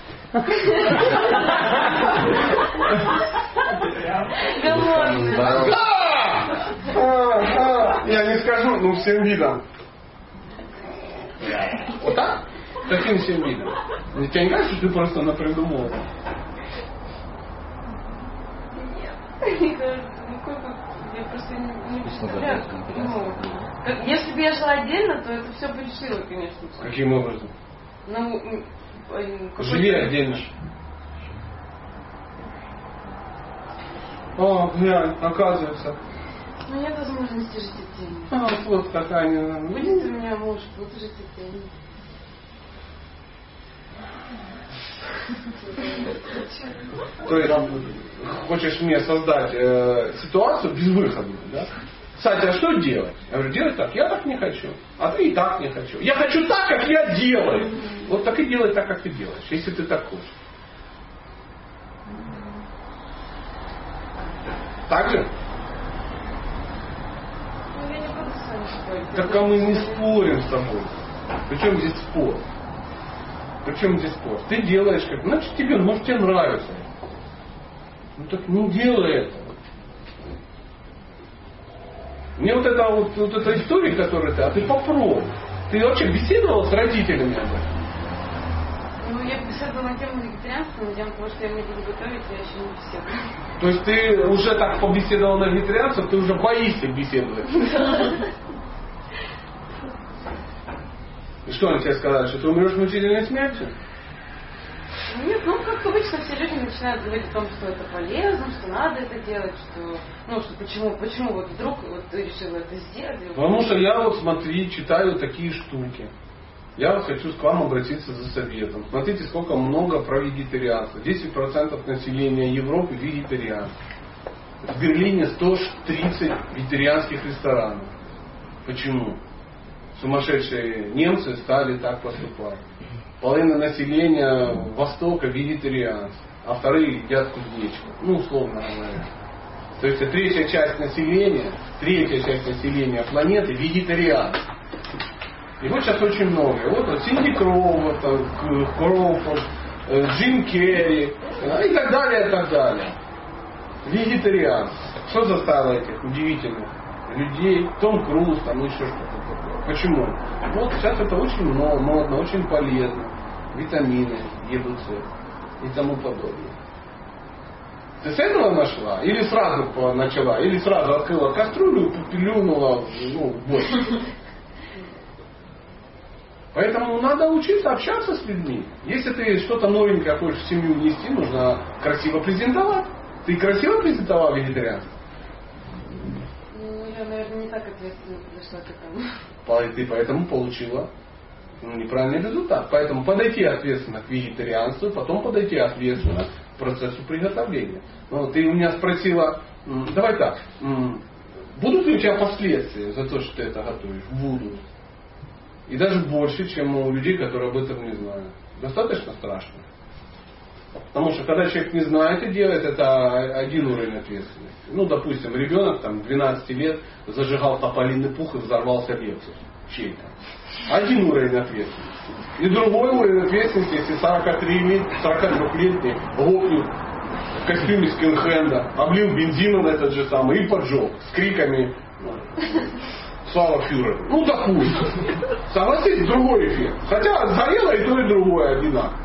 Я не скажу, всем видом. Вот так? Каким всем видом? Тебе не кажется, что ты просто напридумывал? Я просто не представляю. Если бы я жила отдельно, то это все бы решило, конечно. Каким образом? Живи отдельно. Глянь, оказывается. Нет возможности жить отдельно. Вот какая. Будет у меня муж, буду жить отдельно. То есть хочешь мне создать ситуацию безвыходную, да? Кстати, а что делать? Я говорю: делать так. Я так не хочу. А ты и так не хочу. Я хочу так, как я делаю. Вот так и делай так, как ты делаешь, если ты так хочешь. Так же? Я не буду с вами спорить. Так мы не спорим с тобой. Причем здесь спор? Причем здесь спор? Ты делаешь как... Значит тебе, может тебе нравится. Так не делай это. Мне вот эта история, которую ты попробуй. Ты вообще беседовал с родителями об этом? я беседовала на тему вегетарианства, на тему того, что я не буду готовить, я еще не беседую. То есть ты уже так побеседовал на вегетарианцев, ты уже боишься беседовать. И что они тебе сказали, что ты умрешь мучительной смертью? Нет, ну как обычно все люди начинают говорить о том, что это полезно, что надо это делать, что, ну, что почему вот вдруг вот ты решила это сделать. Потому что я вот, смотри, читаю такие штуки. Я вот хочу к вам обратиться за советом. Смотрите, сколько много про вегетарианство. 10% населения Европы вегетарианцы. В Берлине 130 вегетарианских ресторанов. Почему? Сумасшедшие немцы стали так поступать. Половина населения Востока вегетарианцы, а вторые едят кузнечку. Ну, условно говоря. То есть третья часть населения планеты вегетарианцы. И вот сейчас очень много. Вот Синди Кроуфорд, Джим Керри и так далее, и так далее. Вегетарианцы. Что заставило этих удивительных людей? Том Круз, там еще что-то такое. Почему? Вот сейчас это очень модно, очень полезно. Витамины, ЕДЦ и тому подобное. Ты с этого нашла? Или сразу начала? Или сразу открыла кастрюлю и плюнула в борщ? Поэтому надо учиться общаться с людьми. Если ты что-то новенькое хочешь в семью внести, нужно красиво презентовать. Ты красиво презентовал вегетарианство? Ну, я, наверное, не так ответственно подошла к этому. Ты поэтому получила неправильный результат. Поэтому подойти ответственно к вегетарианству, потом подойти ответственно к процессу приготовления. Но ты у меня спросила, давай так, будут ли у тебя последствия за то, что ты это готовишь? Будут. И даже больше, чем у людей, которые об этом не знают. Достаточно страшно. Потому что когда человек не знает и делает, это один уровень ответственности. Ну, допустим, ребенок там 12 лет зажигал тополиный пух и взорвался лексус чей-то. Один уровень ответственности. И другой уровень ответственности, если 43-летний лопнет в костюме скинхенда, облил бензином на этот же самый и поджег с криками «Слава фюреру». Ну, допустим. Согласитесь, другой эффект. Хотя сгорело и то, и другое одинаково.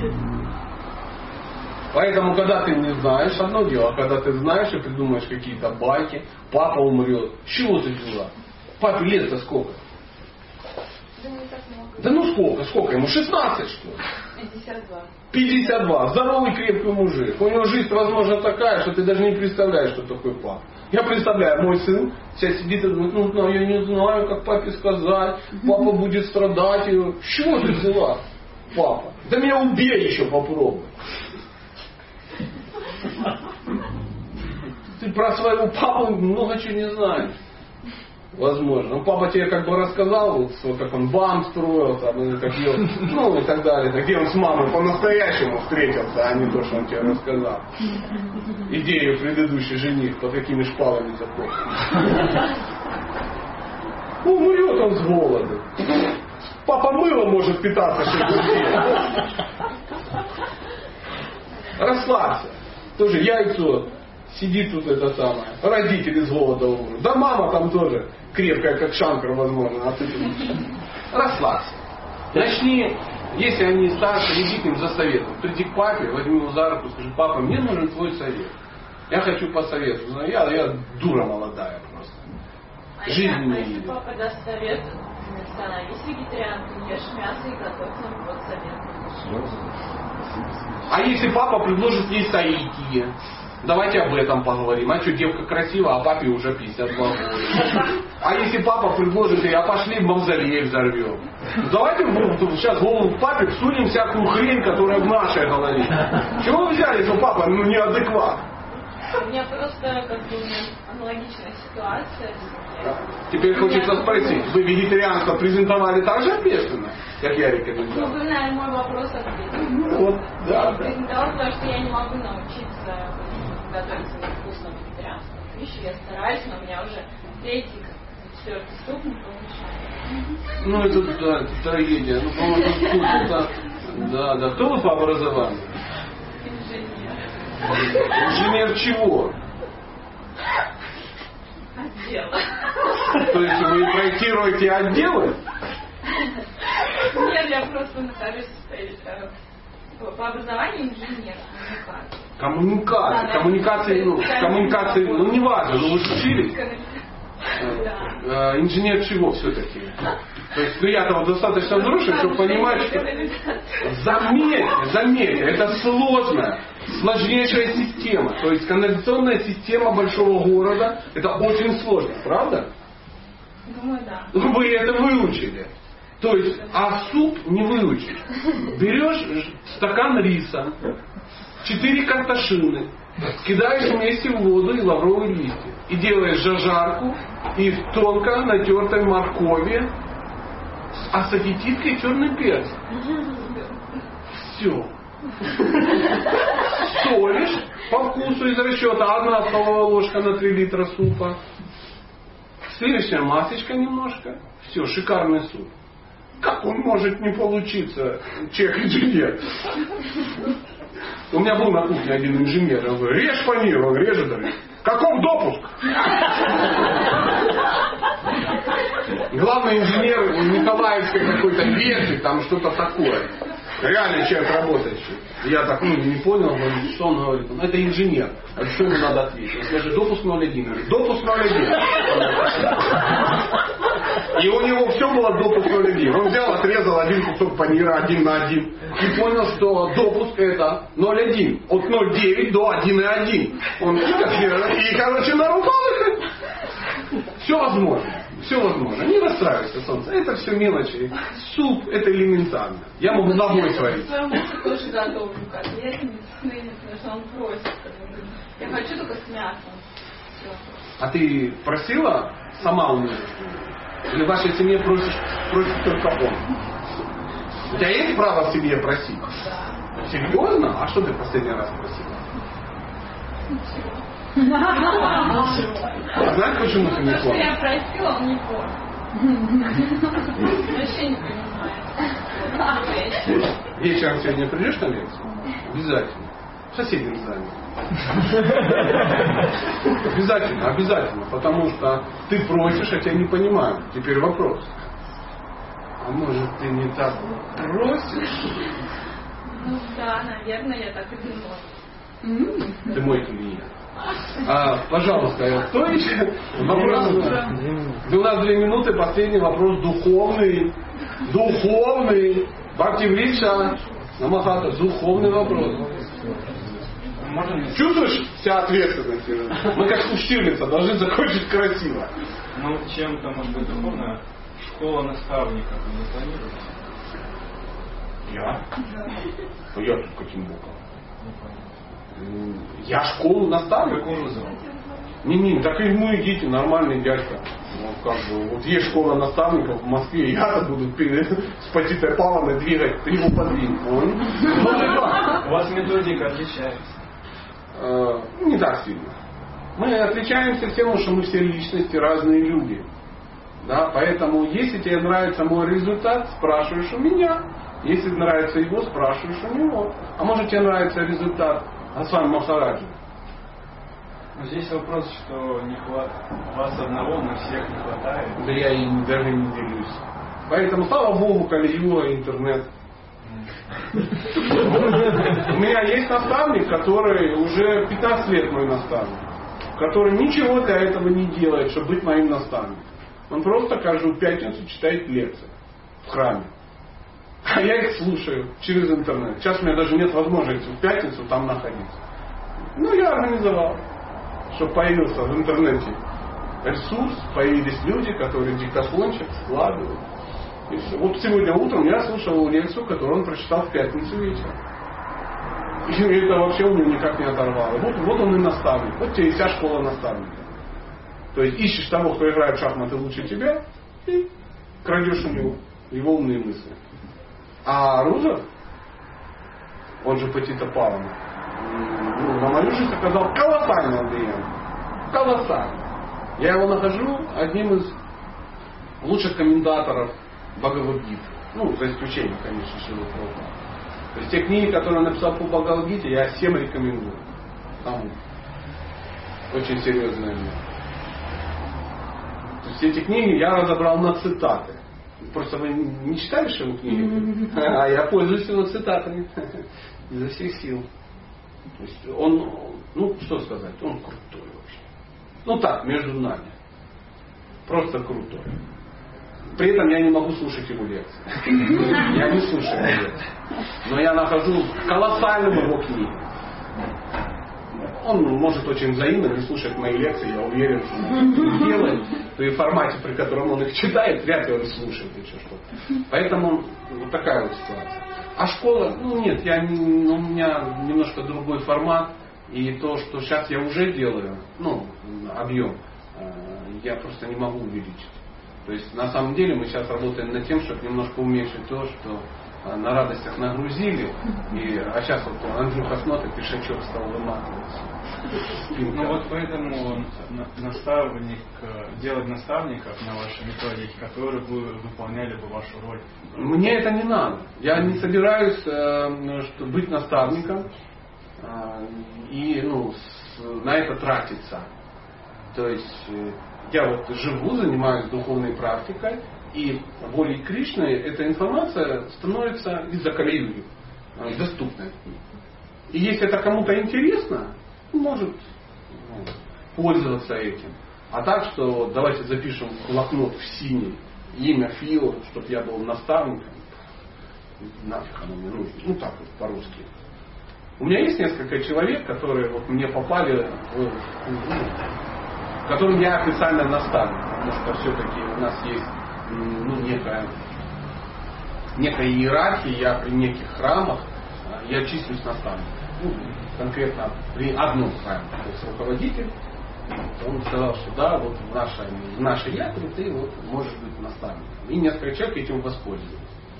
Поэтому, когда ты не знаешь, одно дело, а когда ты знаешь и придумаешь какие-то байки, папа умрет. Чего за дела? Папе лет-то сколько? Да не так много. Да ну сколько ему? 16 что ли? 52. 52. Здоровый крепкий мужик. У него жизнь, возможно, такая, что ты даже не представляешь, что такое папа. Я представляю, мой сын сейчас сидит и думает, ну, я не знаю, как папе сказать, папа будет страдать. С чего ты взяла, папа? Да меня убей еще попробуй. Ты про своего папу много чего не знаешь. Возможно. Ну, папа тебе как бы рассказал, вот, как он бам строил, там, и так далее. Где он с мамой по-настоящему встретился, а не то, что он тебе рассказал. Идею предыдущий жених под какими шпалами запомнил. Умрет он с голоду. Папа мыло может питаться 6 дней. Расслабься. Тоже яйцо. Сидит тут это самое. Родители с голода умрут. Да мама там тоже крепкая, как шанкар, возможно. А ты расслабься. Начни, если они старше, иди к ним за советом. Приди к папе, возьми его за руку, скажи, папа, мне нужен твой совет. Я хочу посоветовать. Я дура молодая просто. Жизнь не если папа даст совет, становись вегетарианкой, ешь мясо и готовь нам вот совет. А если папа предложит ей соитие? Давайте об этом поговорим. А что, девка красивая, а папе уже 52 года. А если папа предложит ей, а пошли в мавзолей взорвем. Давайте сейчас в голову папе всунем всякую хрень, которая в нашей голове. Чего вы взяли, что папа неадекват? У меня просто как бы аналогичная ситуация. Теперь хочется спросить, вы вегетарианство презентовали так же ответственно, как я рекомендовал? Вы на мой вопрос ответили. Вот, да. Презентовал, потому что я не могу научиться готовить вкусную вегетарианскую пищу. Я стараюсь, но у меня уже 3-4 суп не получается. Ну это трагедия. Ну, по-моему, это... Да. Кто вы по образованию? Инженер чего? Отдела. То есть вы проектируете отделы? Нет, я просто нахожусь по образованию инженер, коммуникация. Коммуникации, не важно, но вы же учились. Инженер чего все-таки? То есть, я-то вот достаточно взрослый, чтобы понимать, что... Заметь, это сложнейшая система. То есть, канализационная система большого города, это очень сложно, правда? Думаю, да. Вы это выучили. То есть, а суп не выучишь. Берешь стакан риса, 4 картошины, кидаешь вместе в воду и лавровые листья. И делаешь зажарку из тонко натертой моркови, а с аппетиткой черный перец. Все. Солишь по вкусу из расчета 1 столовая ложка на 3 литра супа. Сливочная масочка немножко. Все, шикарный суп. Как он может не получиться, чех-инженер? У меня был на кухне один инженер. Он говорит, режь панир. Он режет. Каков допуск? Главный инженер Николаевской какой-то ветви, там что-то такое. Реально человек работающий. Я так, не понял, говорю, что он говорит. Это инженер. А что ему надо ответить? Он скажет, допуск 0,1. Говорит, допуск 0,1. И у него все было допуск 0,1. Он взял, отрезал один кусок панира 1 на 1. И понял, что допуск это 0,1. От 0,9 до 1,1. Он и, короче, нарубал их. Все возможно. Все возможно. Не расстраивайся, солнце. Это все мелочи. Суп это элементарно. Я могу ногой сварить. Я мужу тоже готовлю как-то. Я с ним потому что он просит. Я хочу только с мясом. Все. А ты просила сама у него? Или в вашей семье просит только он? У тебя есть право в семье просить? Да. Серьезно? А что ты в последний раз просила? Ничего. А знаешь, почему ты не помнишь? Что я просила, он не помнит. Вообще не понимает. Вечером сегодня придешь на лекцию? Обязательно. В соседнем здании. Обязательно. Потому что ты просишь, а тебя не понимают. Теперь вопрос. А может ты не так просишь? Да, наверное, я так и думала. Ты мой клиент. Пожалуйста, кто еще? Вопрос. У нас 2 минуты, последний вопрос духовный. Бхактивриджа Намахата, духовный вопрос. Чувствуешь вся ответственность? Мы как у Штирлица должны закончить красиво. Чем-то, может быть, духовно, школа наставников вы не планируете? Я? Я тут каким боком? Я школу наставник? Не, так и мы идите, нормальный дядька. Вот есть школа наставников в Москве, я-то буду с Патитой Павловной двигать, ты его подвинь. У вас методика отличается? Не так сильно. Мы отличаемся тем, что мы все личности, разные люди. Да? Поэтому, если тебе нравится мой результат, спрашиваешь у меня. Если нравится его, спрашиваешь у него. А может тебе нравится результат Асвами Махараджи? Здесь вопрос, что не хватает вас одного, на всех не хватает. Да я и даже не делюсь. Поэтому, слава Богу, Кали-Юга, интернет. У меня есть наставник, который уже 15 лет мой наставник. Который ничего для этого не делает, чтобы быть моим наставником. Он просто каждую пятницу читает лекции в храме. А я их слушаю через интернет. Сейчас у меня даже нет возможности в пятницу там находиться. Я организовал, чтобы появился в интернете ресурс, появились люди, которые диктофончик складывают. И все. Вот сегодня утром я слушал лекцию, которую он прочитал в пятницу вечером. И это вообще у него никак не оторвало. Вот он и наставник. Вот тебе и вся школа наставника. То есть ищешь того, кто играет в шахматы лучше тебя, и крадешь у него его умные мысли. А Рузов, он же Патита Павловна, на мою жизнь оказал колоссальное влияние. Колоссально. Я его нахожу одним из лучших комментаторов Бхагавад-гиты. За исключением, конечно, Шрилы Прабхупады. То есть те книги, которые он написал по Бхагавад-гите, я всем рекомендую. Там очень серьезное место. То есть эти книги я разобрал на цитаты. Просто вы не читали же его книги, а я пользуюсь его цитатами изо всех сил. То есть он, ну что сказать, он крутой вообще. Ну так, между нами. Просто крутой. При этом я не могу слушать его лекции. Я не слушаю его лекции. Но я нахожу колоссальным его книги. Он может очень взаимно не слушать мои лекции, я уверен, что он делает. И в формате, при котором он их читает, вряд ли он слушает еще что-то. Поэтому вот такая вот ситуация. А школа, ну нет, у меня немножко другой формат. И то, что сейчас я уже делаю, ну, объем, я просто не могу увеличить. То есть на самом деле мы сейчас работаем над тем, чтобы немножко уменьшить то, что на радостях нагрузили. А сейчас вот Андрюха смотрит, пешачок стал выматываться. Ну вот поэтому делать наставников на вашей методике, которые бы выполняли бы вашу роль. Мне это не надо. Я не собираюсь быть наставником и на это тратиться. То есть я вот живу, занимаюсь духовной практикой, и волей Кришны эта информация становится из-за Кали-юги доступной. И если это кому-то интересно, может пользоваться этим. А так, что давайте запишем в блокнот в синий имя Фил, чтобы я был наставником, нафиг оно мне нужно. Ну так вот по-русски. У меня есть несколько человек, которые вот мне попали которым я официально наставник, потому что все-таки у нас есть некая иерархия, я при неких храмах, я числюсь наставником. Конкретно при одном храме, то есть руководитель, он сказал, что да, вот в нашей ятре ты вот можешь быть наставником. И несколько человек этим воспользовались.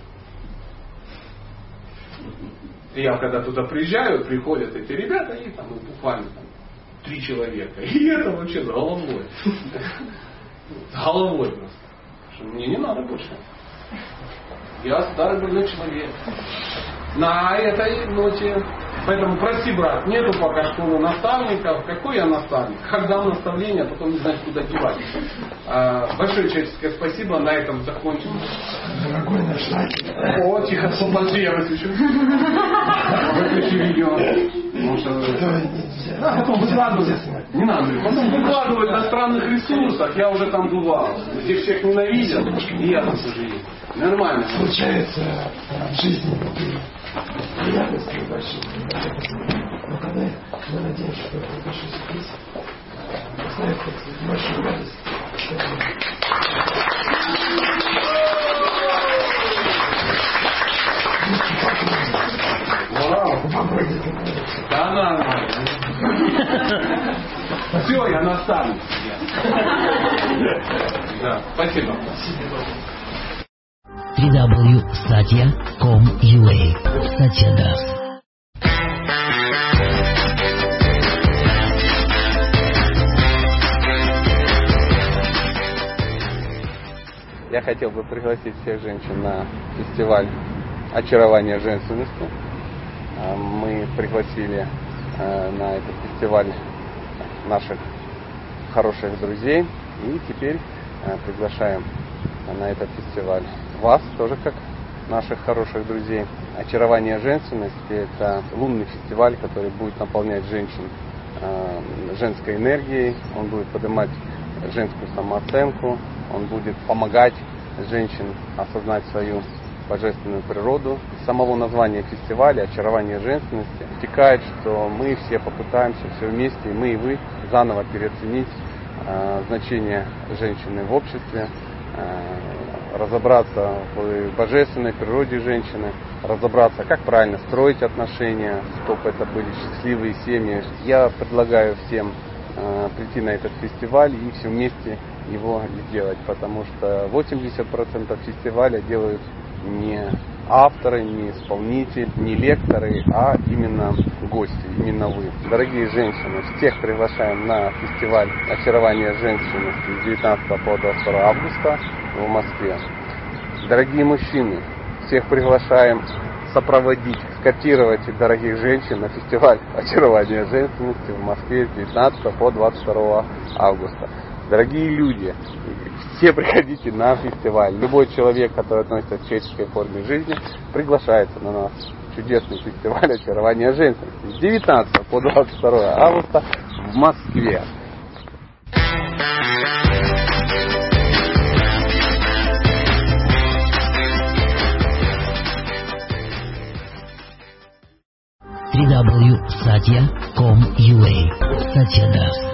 И я когда туда приезжаю, приходят эти ребята, и там буквально 3 человека. И это вообще с головой. С головой просто. Что мне не надо больше. Я старый больной человек. На этой ноте. Поэтому прости, брат, нету пока школы наставников. Какой я наставник? Как дам наставление, а потом не знать, куда девать. Большое человеческое спасибо. На этом закончим. Дорогой наш сайт. О, тихо, подожди, я выключу. Выключи видео. Потом выкладывать. Не надо. Потом выкладывать на странных ресурсах. Я уже там бывал. Здесь всех ненавидел. И я там тоже есть. Нормально. Случается в жизни приятности большие. Но когда мы надеемся, что это большой сюрприз, доставит большую радость. Да нормально. Все, я наставник. Да, спасибо. www.satya.com.ua Satya Das. Я хотел бы пригласить всех женщин на фестиваль «Очарование женственности». Мы пригласили на этот фестиваль наших хороших друзей. И теперь приглашаем на этот фестиваль вас тоже как наших хороших друзей. «Очарование женственности» — это лунный фестиваль, который будет наполнять женщин женской энергией. Он будет поднимать женскую самооценку. Он будет помогать женщинам осознать свою божественную природу. Из самого названия фестиваля «Очарование женственности» вытекает, что мы все попытаемся все вместе, и мы, и вы, заново переоценить значение женщины в обществе, разобраться в божественной природе женщины, разобраться, как правильно строить отношения, чтобы это были счастливые семьи. Я предлагаю всем прийти на этот фестиваль и все вместе его сделать, потому что 80% фестиваля делают не авторы, не исполнители, не лекторы, а именно гости, именно вы. Дорогие женщины, всех приглашаем на фестиваль «Очарование женственности» с 19 по 22 августа в Москве. Дорогие мужчины, всех приглашаем сопроводить, скопировать дорогих женщин на фестиваль «Очарование женственности» в Москве с 19 по 22 августа. Дорогие люди, все приходите на фестиваль. Любой человек, который относится к человеческой форме жизни, приглашается на наш чудесный фестиваль очарования женственности с 19 по 22 августа в Москве. www.satya.com.ua Satya Das.